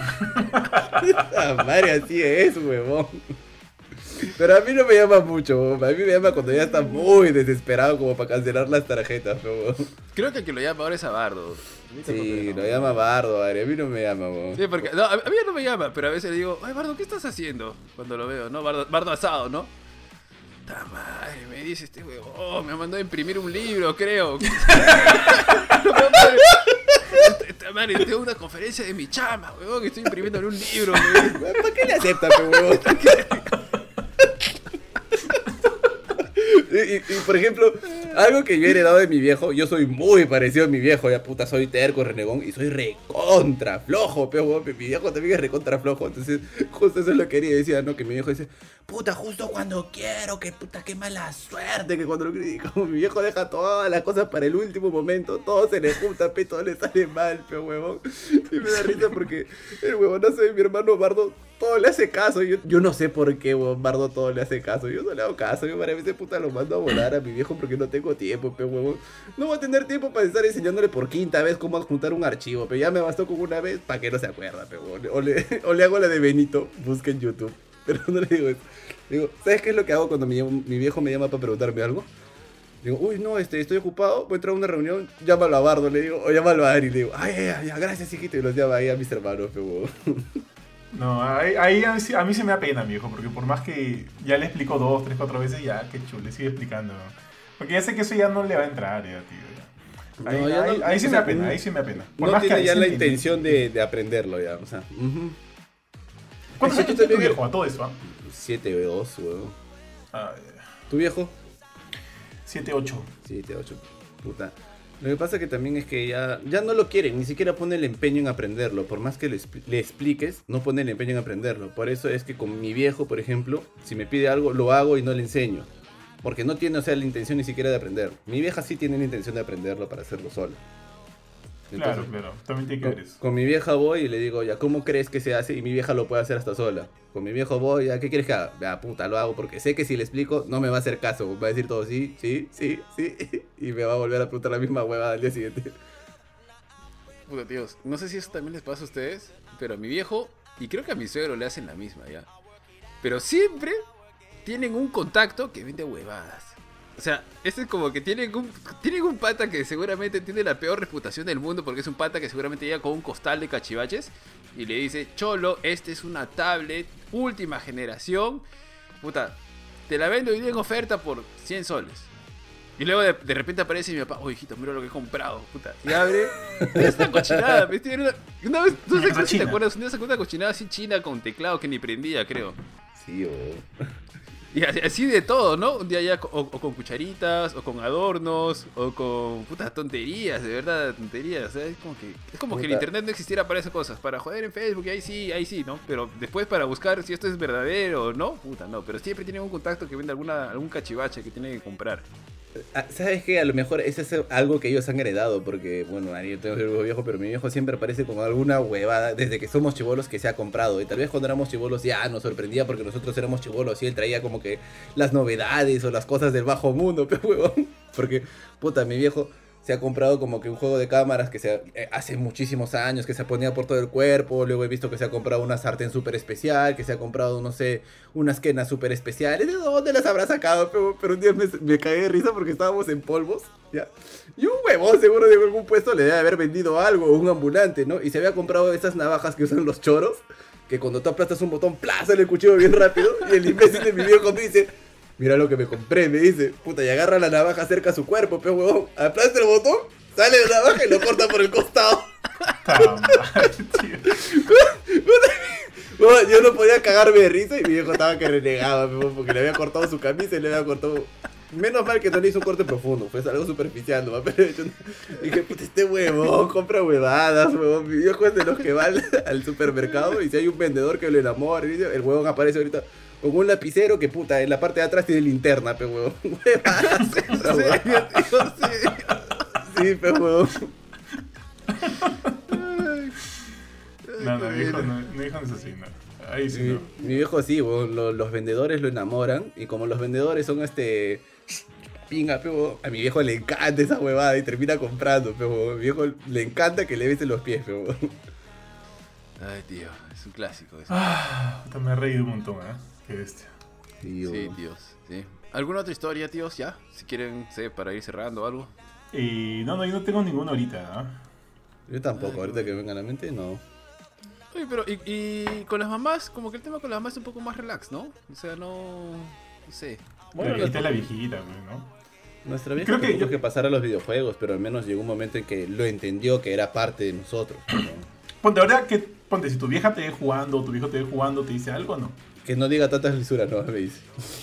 Madre, así es, huevón. Pero a mí no me llama mucho, a mí me llama cuando ya está muy desesperado como para cancelar las tarjetas, pero... Creo que el que lo llama ahora es a Bardo. Sí, lo llama Bardo, a mí no me llama, bo. Sí, porque no, a mí no me llama, pero a veces le digo, ay Bardo, ¿qué estás haciendo? Cuando lo veo, ¿no? Bardo asado, ¿no? ¡Ta madre! Me dice este huevón, me ha mandado a imprimir un libro, creo. ¡Ta madre! Tengo una conferencia de mi chama, huevón, que estoy imprimiendo un libro, huevón. ¿Para qué le aceptas, huevón? Y por ejemplo, algo que yo he heredado de mi viejo, yo soy muy parecido a mi viejo, ya puta, soy terco, renegón y soy recontra flojo, pero mi viejo también es recontra flojo, entonces justo eso es lo que quería decir, ¿no? Que mi viejo dice, puta, justo cuando quiero, que puta, qué mala suerte, que cuando lo como mi viejo deja todas las cosas para el último momento, todo se le junta, todo le sale mal, pero huevón, y me da risa porque el huevonazo de mi hermano Bardo todo le hace caso, yo no sé por qué, huevón, Bardo todo le hace caso, yo no le hago caso, yo para veces puta lo mando a volar a mi viejo porque no tengo tiempo, pero huevón, no voy a tener tiempo para estar enseñándole por 5ª vez cómo adjuntar un archivo, pero ya me bastó con una vez para que no se acuerda, pero huevón, o le hago la de Benito, busca en YouTube, pero no le digo eso. Digo, ¿sabes qué es lo que hago cuando mi viejo me llama para preguntarme algo? Digo, uy, no, estoy ocupado, voy a entrar a una reunión, llámalo a Bardo, le digo, o llámalo a Ari, le digo, ya, gracias, hijito, y los llama ahí a mis hermanos, pero... No, ahí a mí se me da pena, mi viejo, porque por más que ya le explico 2, 3, 4 veces, ya, qué chulo, le sigue explicando, ¿no? Porque ya sé que eso ya no le va a entrar, ya, tío, ya. Ahí sí me da pena, ahí sí me da pena. Por no más tiene que ya la intención de aprenderlo, ya, o sea... ¿Cuántos años tiene tu viejo a todo eso, 7-2, weón. Ah, ¿Tu viejo? 7-8. 7-8, puta. Lo que pasa que también es que ya no lo quiere, ni siquiera pone el empeño en aprenderlo. Por más que le expliques, no pone el empeño en aprenderlo. Por eso es que con mi viejo, por ejemplo, si me pide algo, lo hago y no le enseño. Porque no tiene, o sea, la intención ni siquiera de aprender. Mi vieja sí tiene la intención de aprenderlo para hacerlo sola. Claro, claro. También tiene que ver eso. Con mi vieja voy y le digo, ya, ¿cómo crees que se hace? Y mi vieja lo puede hacer hasta sola. Con mi viejo voy, ya, ¿qué quieres que haga? Ya, puta, lo hago porque sé que si le explico no me va a hacer caso. Va a decir todo sí, sí, sí, sí. Y me va a volver a preguntar la misma huevada al día siguiente. Puta, tíos, no sé si eso también les pasa a ustedes, pero a mi viejo, y creo que a mi suegro le hacen la misma ya. Pero siempre tienen un contacto que vende huevadas. O sea, este es como que tienen un pata que seguramente tiene la peor reputación del mundo porque es un pata que seguramente llega con un costal de cachivaches y le dice, Cholo, este es una tablet última generación, puta, te la vendo hoy día en oferta por 100 soles. Y luego de repente aparece mi papá, oh hijito, mira lo que he comprado, puta. Y abre, esta cochinada, una vez, no sé si te acuerdas, un día sacó una cochinada así china con teclado que ni prendía, creo. Sí, weón. Y así de todo, ¿no? Un día ya o con cucharitas, o con adornos, o con putas tonterías, de verdad, tonterías. O sea, es como que el internet no existiera para esas cosas. Para joder en Facebook, ahí sí, ¿no? Pero después para buscar si esto es verdadero o no, puta, no. Pero siempre tienen un contacto que vende algún cachivache que tienen que comprar. ¿Sabes qué? A lo mejor eso es algo que ellos han heredado, porque, bueno, yo tengo un viejo, pero mi viejo siempre aparece con alguna huevada desde que somos chibolos que se ha comprado. Y tal vez cuando éramos chibolos ya nos sorprendía porque nosotros éramos chibolos y él traía como que las novedades o las cosas del bajo mundo, pero huevón. Porque, puta, mi viejo se ha comprado como que un juego de cámaras que hace muchísimos años, que se ponía por todo el cuerpo. Luego he visto que se ha comprado una sartén súper especial, que se ha comprado, no sé, unas quenas súper especiales. ¿De dónde las habrá sacado? Pero un día me cagué de risa porque estábamos en polvos, ¿ya? Y un huevón seguro de algún puesto le debe haber vendido algo, un ambulante, ¿no? Y se había comprado esas navajas que usan los choros, que cuando tú aplastas un botón, ¡plá! Sale el cuchillo bien rápido. Y el imbécil de mi viejo me dice, mira lo que me compré, me dice, puta, y agarra la navaja cerca a su cuerpo, pero huevón, aplasta el botón, sale la navaja y lo corta por el costado. Bueno, yo no podía cagarme de risa y mi viejo estaba que renegaba, porque le había cortado su camisa y le había cortado. Menos mal que no le hizo un corte profundo, fue algo superficial, ¿no? Pero yo dije, puta, este huevón compra huevadas, huevón. Mi viejo es de los que va al supermercado y si hay un vendedor que lo enamora, el huevón aparece ahorita con un lapicero que, puta, en la parte de atrás tiene linterna, pe huevón. Huevadas. Sí, pe huevón. No, mi hijo no es así, no. Ahí sí, no. Mi viejo sí, huevón, los vendedores lo enamoran y como los vendedores son pinga, pe huevón, a mi viejo le encanta esa huevada y termina comprando, pe huevón. A mi viejo le encanta que le besen los pies, pe huevón. Ay, tío, es un clásico eso. Me he reído un montón, ¿eh? Qué bestia. Sí, tíos, sí. ¿Alguna otra historia, tíos? Ya, si quieren, sé, para ir cerrando o algo. No, yo no tengo ninguna ahorita, ¿eh? Yo tampoco, ahorita que me venga a la mente, no. Oye, pero y con las mamás, como que el tema con las mamás es un poco más relax, ¿no? O sea, no sé. Bueno, la viejita, ¿no? Nuestra vieja tuvo que pasar a los videojuegos, pero al menos llegó un momento en que lo entendió que era parte de nosotros, ¿no? Ponte, si tu vieja te ve jugando o tu viejo te ve jugando, ¿te dice algo o no? Que no diga tantas lisuras, no, me dice.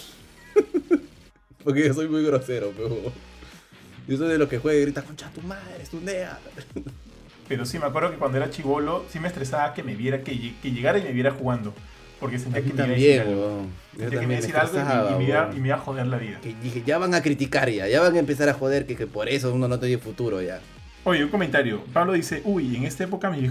Porque yo soy muy grosero, pero yo soy de los que juega y grita, concha tu madre, es tu nea. Pero sí, me acuerdo que cuando era chibolo, sí me estresaba que me viera, que llegara y me viera jugando. Porque sentía que me iba a decir algo. Sentía que me iba a decir algo y me iba a joder la vida. Que dije, ya van a criticar ya van a empezar a joder, que por eso uno no tiene futuro ya. Oye, un comentario. Pablo dice, en esta época mis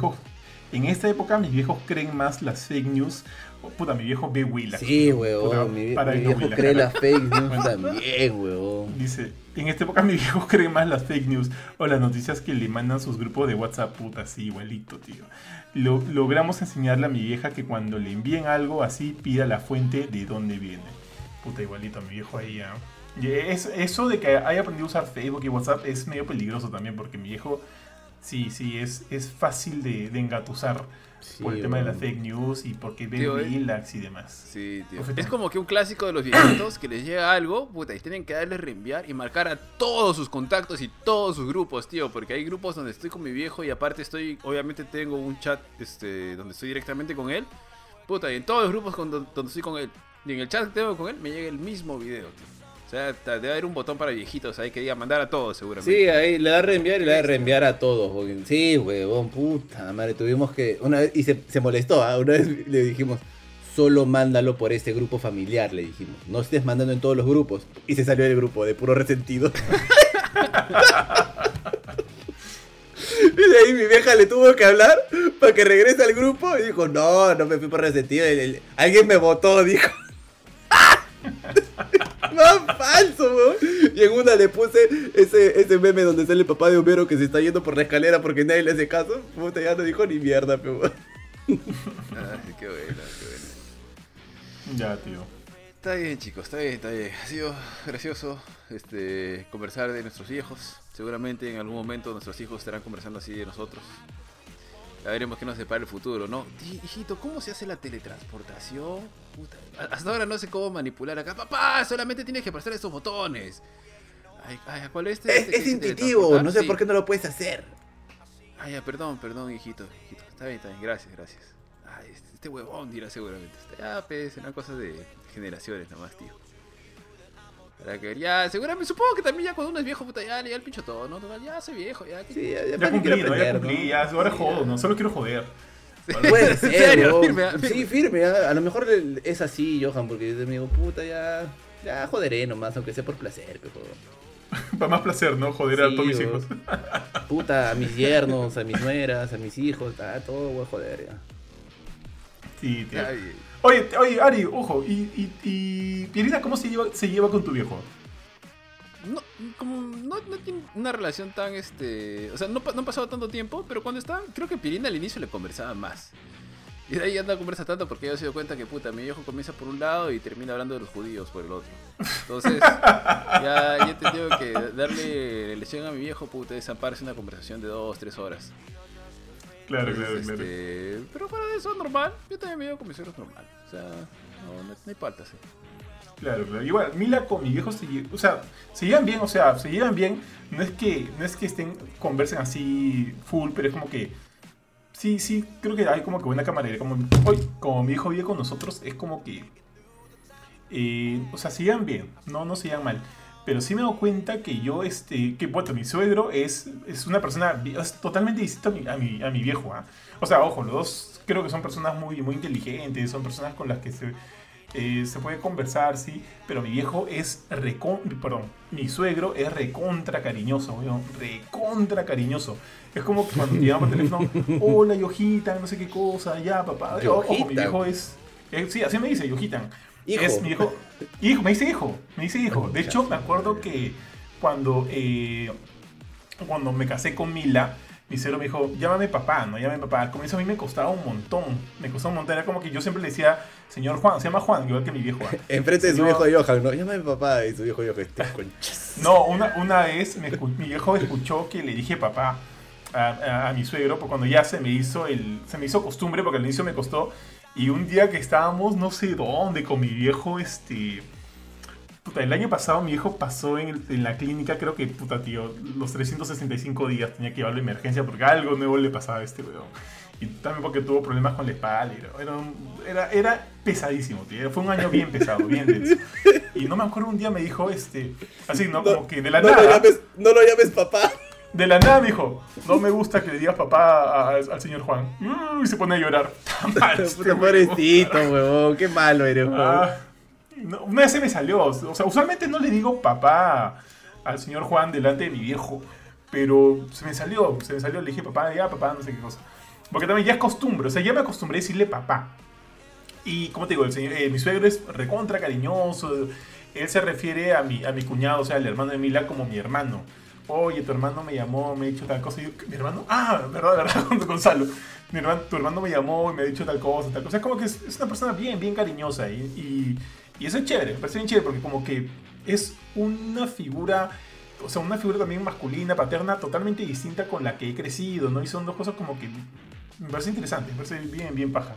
viejos creen más las fake news. Puta, mi viejo ve Willax. Sí, huevón, mi viejo cree las fake news también, huevón. Dice, en esta época mis viejos creen más las fake news o las noticias que le mandan sus grupos de WhatsApp. Puta, sí, igualito, tío. Logramos enseñarle a mi vieja que cuando le envíen algo así, pida la fuente de dónde viene. Puta, igualito, mi viejo ahí, ¿eh? Y eso de que haya aprendido a usar Facebook y WhatsApp es medio peligroso también, porque mi viejo, sí, es fácil de engatusar. Sí, por el tema de las fake news y porque ven relax y demás. Sí, tío. Es como que un clásico de los viejitos que les llega algo, puta, y tienen que darle reenviar y marcar a todos sus contactos y todos sus grupos, tío. Porque hay grupos donde estoy con mi viejo y aparte obviamente tengo un chat donde estoy directamente con él. Puta, y en todos los grupos donde estoy con él y en el chat que tengo con él me llega el mismo video, tío. O sea, debe haber un botón para viejitos ahí que diga mandar a todos, seguramente. Sí, ahí le da a reenviar y le da a reenviar a todos. Sí, huevón, puta madre. Tuvimos que. Una vez, y se molestó, ¿eh? Una vez le dijimos, solo mándalo por este grupo familiar, le dijimos. No estés mandando en todos los grupos. Y se salió del grupo de puro resentido. Y de ahí mi vieja le tuvo que hablar para que regrese al grupo y dijo, no me fui por resentido. Alguien me votó, dijo. Más falso, weón. Y en una le puse ese meme donde sale el papá de Homero que se está yendo por la escalera porque nadie le hace caso. Puta, ya no dijo ni mierda, pero weón. Ay, qué bueno, qué bueno. Ya, tío. Está bien, chicos, está bien. Ha sido gracioso conversar de nuestros hijos. Seguramente en algún momento nuestros hijos estarán conversando así de nosotros. Ya veremos qué nos depara el futuro, ¿no? Hijito, ¿cómo se hace la teletransportación? Puta, hasta ahora no sé cómo manipular acá. Papá, solamente tienes que prestar estos botones. Ay, ¿cuál es este? Es intuitivo, no sé por qué no lo puedes hacer. Ay, ya, perdón, hijito. Está bien, gracias. Ay, este huevón dirá seguramente. Ya, pues, serán cosas de generaciones nomás, tío. Para que ya, seguramente, supongo que también ya cuando uno es viejo, puta, ya le pincho todo, ¿no? Ya soy viejo, ya. Sí, Ya cumplí, ¿no? Ya cumplí, ya, ahora jodo, ¿no? Solo quiero joder. Puede ser, serio, weón. firme. Sí, firme, a lo mejor es así, Johan, porque yo me digo, puta, ya joderé nomás, aunque sea por placer, pero... Para más placer, ¿no? Joder a todos mis hijos. Puta, a mis yernos, a mis nueras, a mis hijos, todo voy a joder ya. Sí, tío. Ay, Oye, Ari, ojo, y Pierina, ¿cómo se lleva con tu viejo? no tiene una relación tan, o sea, no han pasado tanto tiempo, pero cuando estaban, creo que Pirina al inicio le conversaba más. Y de ahí ya no conversa tanto porque ya se dio cuenta que, puta, mi viejo comienza por un lado y termina hablando de los judíos por el otro. Entonces, ya he entendido que darle lección a mi viejo, puta, es amparse una conversación de 2-3 horas. Claro. Pero fuera de eso, normal. Yo también me llevo con mis suegros normal. O sea, no hay faltas. Claro. Igual, Mila con mi viejo se llevan bien, No es que conversen así full, pero es como que sí, creo que hay como que buena camaradería. Como mi viejo vive con nosotros, es como que se llevan bien, no se llevan mal. Pero sí me he dado cuenta que mi suegro es una persona totalmente distinta a mi viejo, ¿ah? O sea, ojo, los dos creo que son personas muy, muy inteligentes, son personas con las que se puede conversar, sí, pero mi suegro es recontra cariñoso, weón, recontra cariñoso. Es como que cuando te llaman por teléfono, hola, Yojitan, no sé qué cosa, ya, papá. Ojo, mi viejo sí, así me dice, Yojitan. Hijo. Es mi hijo. Me dice hijo. De hecho, me acuerdo que cuando me casé con Mila, mi suegro me dijo, llámame papá, no llámame papá. Al comienzo a mí me costaba un montón. Era como que yo siempre le decía, señor Juan, se llama Juan, igual que mi viejo. Enfrente de su viejo Johan, ¿no? Llámame papá, y su viejo Johan, conchas. No, una vez mi viejo escuchó que le dije papá a mi suegro, porque cuando ya se me hizo costumbre, porque al inicio me costó. Y un día que estábamos no sé dónde con mi viejo, el año pasado mi viejo pasó en la clínica, creo que, los 365 días tenía que llevarlo a emergencia porque algo nuevo le pasaba a este weón. Y también porque tuvo problemas con la espalda. Era pesadísimo, tío. Fue un año bien pesado, bien denso. Y no me acuerdo, un día me dijo, así, ¿no? Como que de la nada. No lo llames papá. De la nada me dijo, no me gusta que le digas papá al señor Juan. Y se pone a llorar. Pobrecito, huevón, qué malo eres, huevón. Una vez se me salió. O sea, usualmente no le digo papá al señor Juan delante de mi viejo. Pero se me salió, le dije papá, no sé qué cosa. Porque también ya es costumbre, o sea, ya me acostumbré a decirle papá. Y como te digo, mi suegro es recontra cariñoso. Él se refiere a mi cuñado, o sea, el hermano de Mila, como mi hermano. Oye, tu hermano me llamó, me ha dicho tal cosa. Y yo, ¿mi hermano? Verdad, Gonzalo. Tu hermano me llamó y me ha dicho tal cosa. Es como que es una persona bien, bien cariñosa. Y eso es chévere, me parece bien chévere porque como que es una figura, o sea, una figura también masculina, paterna, totalmente distinta con la que he crecido, ¿no? Y son dos cosas como que me parece interesante, me parece bien, bien paja.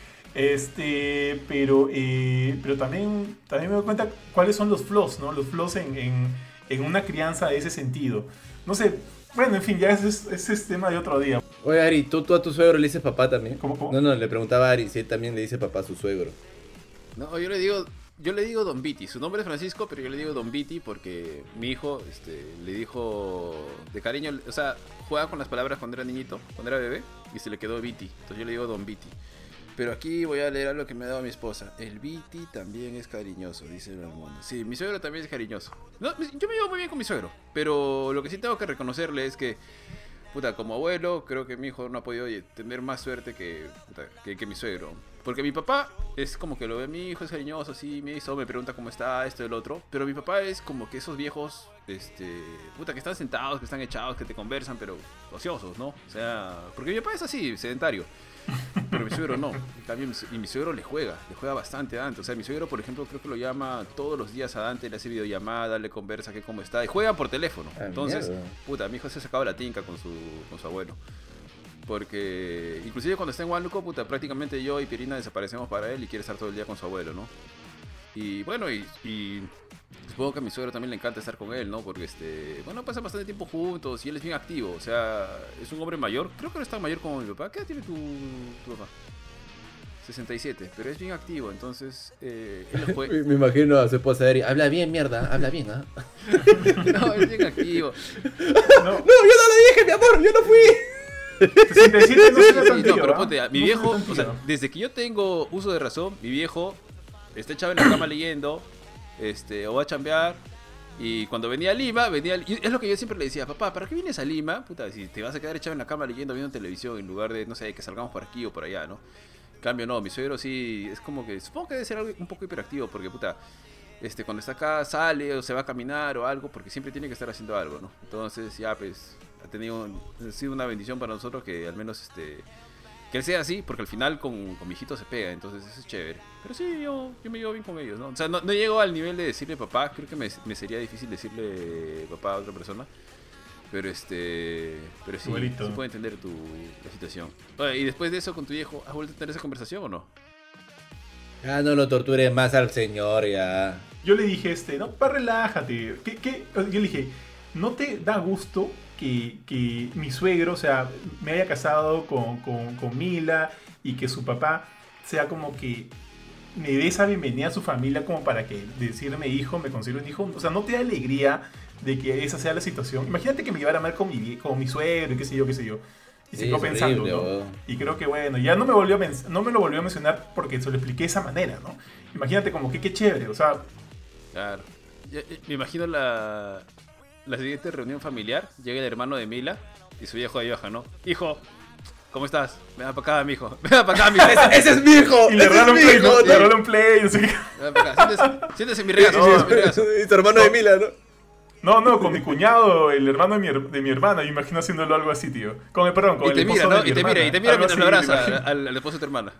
Pero también me doy cuenta cuáles son los flaws, ¿no? Los flaws en una crianza de ese sentido. No sé, bueno, en fin, ya ese es tema de otro día. Oye, Ari, ¿tú a tu suegro le dices papá también? ¿Cómo? No, le preguntaba a Ari si él también le dice papá a su suegro. No, yo le digo Don Viti. Su nombre es Francisco, pero yo le digo Don Viti porque mi hijo le dijo de cariño, o sea, jugaba con las palabras cuando era niñito, cuando era bebé, y se le quedó Viti. Entonces yo le digo Don Viti. Pero aquí voy a leer algo que me ha dado mi esposa. El Viti también es cariñoso, dice el mundo. Sí, mi suegro también es cariñoso. No, yo me llevo muy bien con mi suegro, pero lo que sí tengo que reconocerle es que puta, como abuelo, creo que mi hijo no ha podido tener más suerte que mi suegro. Porque mi papá es como que lo ve a mi hijo, es cariñoso, así, me pregunta cómo está, esto y el otro. Pero mi papá es como que esos viejos, puta, que están sentados, que están echados, que te conversan, pero ociosos, ¿no? O sea, porque mi papá es así, sedentario. Pero mi suegro no. En cambio, mi suegro le juega bastante a Dante. O sea, mi suegro, por ejemplo, creo que lo llama todos los días a Dante, le hace videollamada, le conversa que cómo está, y juegan por teléfono. Entonces, puta, mi hijo se sacaba la tinca con su abuelo. Porque inclusive cuando está en Huánuco, puta, prácticamente yo y Pirina desaparecemos para él y quiere estar todo el día con su abuelo, ¿no? Y bueno, y supongo que a mi suegro también le encanta estar con él, ¿no? Porque bueno, pasan bastante tiempo juntos y él es bien activo. O sea, es un hombre mayor. Creo que no es tan mayor como mi papá. ¿Qué edad tiene tu papá? 67, pero es bien activo, entonces él lo juega. Me imagino a su esposa Eri, habla bien, mierda, habla bien, ¿ah? No, es bien activo. No, No, yo no le dije, mi amor, yo no fui. 67 no suena tan No, tío, pero ¿ah? ponte, mi No viejo, suena tan o sea, tío. desde que yo tengo uso de razón, mi viejo está echado en la cama leyendo, o va a chambear. Y cuando venía a Lima, y es lo que yo siempre le decía, papá, ¿para qué vienes a Lima? Puta, si te vas a quedar echado en la cama leyendo, viendo televisión, en lugar de, no sé, que salgamos por aquí o por allá, ¿no? En cambio, no, mi suegro sí, es como que, supongo que debe ser algo un poco hiperactivo, porque, puta, cuando está acá sale o se va a caminar o algo, porque siempre tiene que estar haciendo algo, ¿no? Entonces, ya, pues, ha sido una bendición para nosotros que al menos, que él sea así, porque al final con mi hijito se pega, entonces eso es chévere. Pero sí, yo me llevo bien con ellos, ¿no? O sea, no llego al nivel de decirle papá, creo que me sería difícil decirle papá a otra persona. Pero pero sí, Igualito. sí puedo entender la situación. Oye, y después de eso con tu viejo, ¿has vuelto a tener esa conversación o no? Ah, no lo tortures más al señor, ya. Yo le dije, no, pa, relájate. Yo le dije, ¿no te da gusto que mi suegro, o sea, me haya casado con Mila y que su papá sea como que me dé esa bienvenida a su familia como para que decirme hijo, me considero un hijo? O sea, ¿no te da alegría de que esa sea la situación? Imagínate que me llevara mal con mi suegro y qué sé yo, qué sé yo. Y se quedó pensando, horrible, ¿no? weón. Y creo que bueno, ya no me lo volvió a mencionar porque se lo expliqué de esa manera, ¿no? Imagínate como que qué chévere, o sea, Claro. Me imagino la siguiente reunión familiar. Llega el hermano de Mila y su viejo ahí baja, ¿no? Hijo, ¿cómo estás? Ven para acá, mijo. Ven para acá, mijo. ¡Ese es mi hijo! y le ¡Ese es regalan mi play, hijo! ¿no? Le regalan play, no sé qué. Ven para acá. Siéntese en mi regazo. Siéntese en mi regazo. Y tu hermano de Mila, ¿no? No, con mi cuñado, el hermano de mi hermana, me imagino haciéndolo algo así, tío. Con Y el te mira, esposo ¿no? de mi Y te hermana, mira algo mientras así, lo me abraza imagino. al esposo de tu hermana.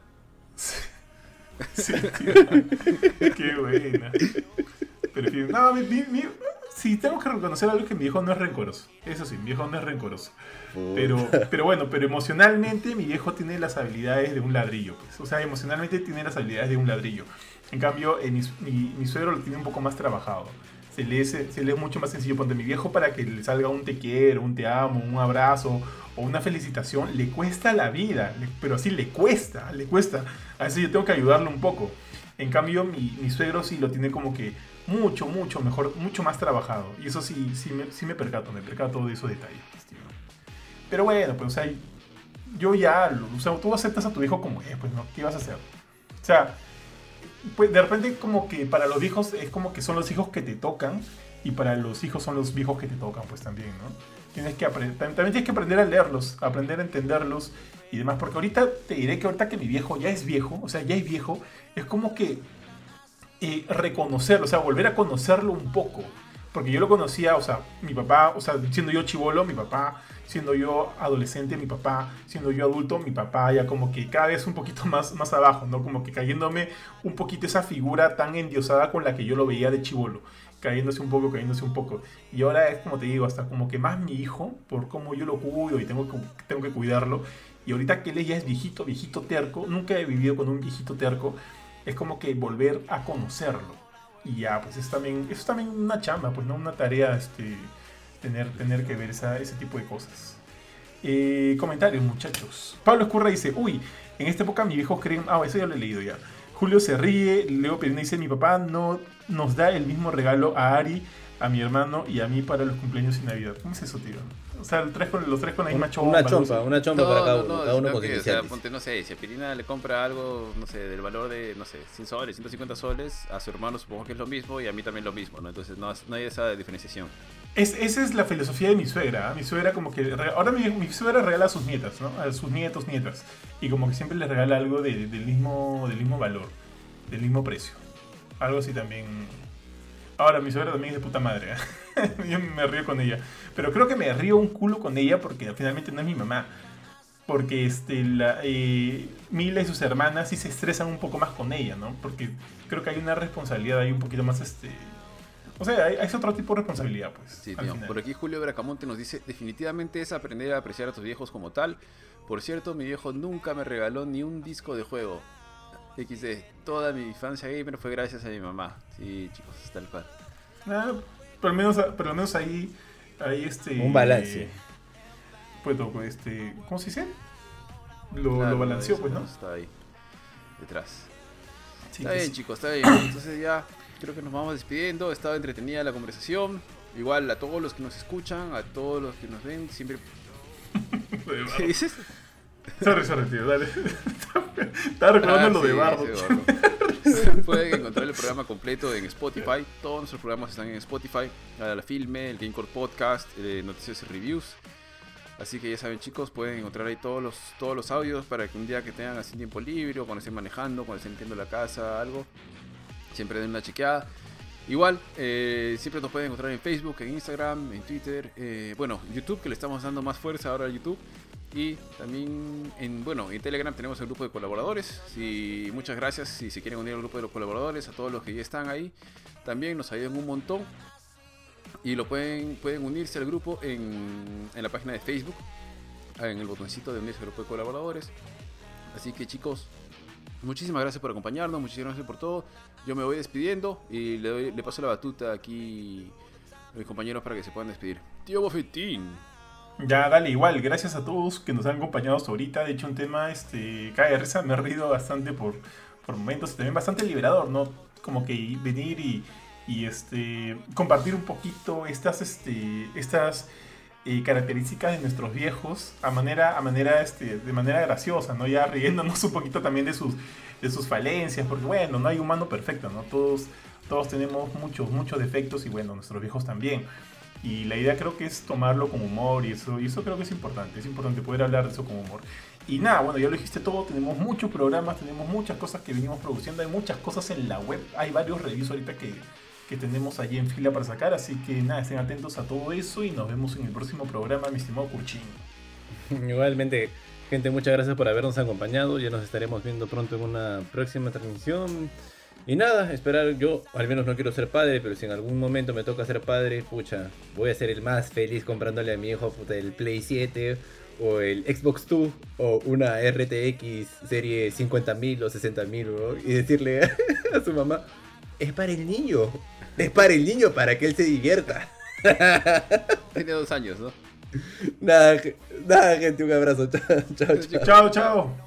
Sí, tío. Qué buena. Pero en fin, no, sí, tengo que reconocer algo, que mi viejo no es rencoroso. Eso sí, mi viejo no es rencoroso. Pero bueno, pero emocionalmente mi viejo tiene las habilidades de un ladrillo, pues. O sea, emocionalmente tiene las habilidades de un ladrillo. En cambio, mi suegro lo tiene un poco más trabajado. Se le es mucho más sencillo. Ponte, mi viejo, para que le salga un te quiero, un te amo, un abrazo o una felicitación, le cuesta la vida. Pero así le cuesta. A veces yo tengo que ayudarlo un poco. En cambio, mi suegro sí lo tiene como que mucho mejor, mucho más trabajado. Y eso sí me percato de esos detalles, tío. Pero bueno, pues, o sea, yo ya, o sea, tú aceptas a tu hijo como es, pues, ¿no? ¿Qué vas a hacer? O sea, pues de repente como que para los hijos es como que son los hijos que te tocan, y para los hijos son los viejos que te tocan, pues también, ¿no? También tienes que aprender a leerlos, aprender a entenderlos y demás, porque ahorita te diré que ahorita que mi viejo ya es viejo, o sea, ya es viejo, es como que reconocerlo, o sea, volver a conocerlo un poco. Porque yo lo conocía, o sea, mi papá, o sea, siendo yo chibolo, mi papá, siendo yo adolescente, mi papá, siendo yo adulto, mi papá ya como que cada vez un poquito más abajo, ¿no? Como que cayéndome un poquito esa figura tan endiosada con la que yo lo veía de chibolo. Cayéndose un poco. Y ahora es como te digo, hasta como que más mi hijo, por cómo yo lo cuido y tengo que cuidarlo. Y ahorita que él ya es viejito terco, nunca he vivido con un viejito terco, es como que volver a conocerlo. Y ya, pues eso es también una chamba, pues no una tarea, tener que ver ese tipo de cosas. Comentarios, muchachos. Pablo Escurra dice, uy, en esta época mi viejo creen... Ah, eso ya lo he leído ya. Julio se ríe, Leo Perina dice, mi papá no nos da el mismo regalo a Ari a mi hermano y a mí para los cumpleaños y Navidad. ¿Cómo es eso, tío? O sea, los tres con la misma chompa. Una chompa para cada uno con sus o sea, iniciales. ponte, no sé, si a Pirina le compra algo, no sé, del valor de, no sé, 100 soles, 150 soles, a su hermano supongo que es lo mismo y a mí también lo mismo, ¿no? Entonces no hay esa diferenciación. Esa es la filosofía de mi suegra. Mi suegra como que... Ahora mi suegra regala a sus nietas, ¿no? A sus nietos, nietas. Y como que siempre les regala algo del mismo valor, del mismo precio. Algo así también... Ahora, mi suegra también es de puta madre, ¿eh? Yo me río con ella. Pero creo que me río un culo con ella porque finalmente no es mi mamá. Porque Mila y sus hermanas sí se estresan un poco más con ella, ¿no? Porque creo que hay una responsabilidad ahí un poquito más, O sea, es otro tipo de responsabilidad, pues. Sí, tío. Por aquí Julio Bracamonte nos dice, definitivamente es aprender a apreciar a tus viejos como tal. Por cierto, mi viejo nunca me regaló ni un disco de juego. XD, toda mi infancia gamer fue gracias a mi mamá. Sí, chicos, tal cual. Pero al menos ahí un balance. Pues, ¿cómo se dice? Lo balanceó, pues, ¿no? Está ahí, detrás. Sí, está bien, sí. chicos, está bien. Entonces ya creo que nos vamos despidiendo. Estaba entretenida la conversación. Igual a todos los que nos escuchan, a todos los que nos ven, siempre... ¿Qué dices? Sorry, tío, dale. Estaba recordando lo de Bardo. Pueden encontrar el programa completo en Spotify. Todos nuestros programas están en Spotify. La Filme, el Gamecore Podcast, Noticias y Reviews. Así que ya saben, chicos, pueden encontrar ahí todos los audios para que un día que tengan así tiempo libre o cuando estén manejando, cuando estén limpiando la casa, algo, siempre den una chequeada. Igual, siempre nos pueden encontrar en Facebook, en Instagram, en Twitter, bueno, YouTube, que le estamos dando más fuerza ahora a YouTube. Y también en Telegram tenemos el grupo de colaboradores. Muchas gracias si se quieren unir al grupo de los colaboradores, a todos los que ya están ahí. También nos ayudan un montón. Y pueden unirse al grupo en la página de Facebook, en el botoncito de unirse al grupo de colaboradores. Así que, chicos, muchísimas gracias por acompañarnos, muchísimas gracias por todo. Yo me voy despidiendo y le paso la batuta aquí a mis compañeros para que se puedan despedir. Tío Bofetín. Ya, dale, igual, gracias a todos que nos han acompañado hasta ahorita. De hecho, un tema, cae de risa, me he reído bastante por momentos, y también bastante liberador, ¿no? Como que venir y compartir un poquito estas características de nuestros viejos de manera graciosa, ¿no? Ya riéndonos un poquito también de sus falencias, porque bueno, no hay humano perfecto, ¿no? Todos tenemos muchos defectos y bueno, nuestros viejos también. Y la idea creo que es tomarlo con humor y eso creo que es importante poder hablar de eso con humor. Y nada, bueno, ya lo dijiste todo, tenemos muchos programas, tenemos muchas cosas que venimos produciendo, hay muchas cosas en la web, hay varios reviews ahorita que tenemos allí en fila para sacar, así que nada, estén atentos a todo eso y nos vemos en el próximo programa, mi estimado Curchín. Igualmente, gente, muchas gracias por habernos acompañado, ya nos estaremos viendo pronto en una próxima transmisión. Y nada, esperar, yo al menos no quiero ser padre, pero si en algún momento me toca ser padre, pucha, voy a ser el más feliz comprándole a mi hijo el Play 7 o el Xbox 2 o una RTX serie 50.000 o 60.000, ¿no? Y decirle a su mamá, es para el niño para que él se divierta. Tiene 2 años, ¿no? Nada, gente, un abrazo, chao. Chao.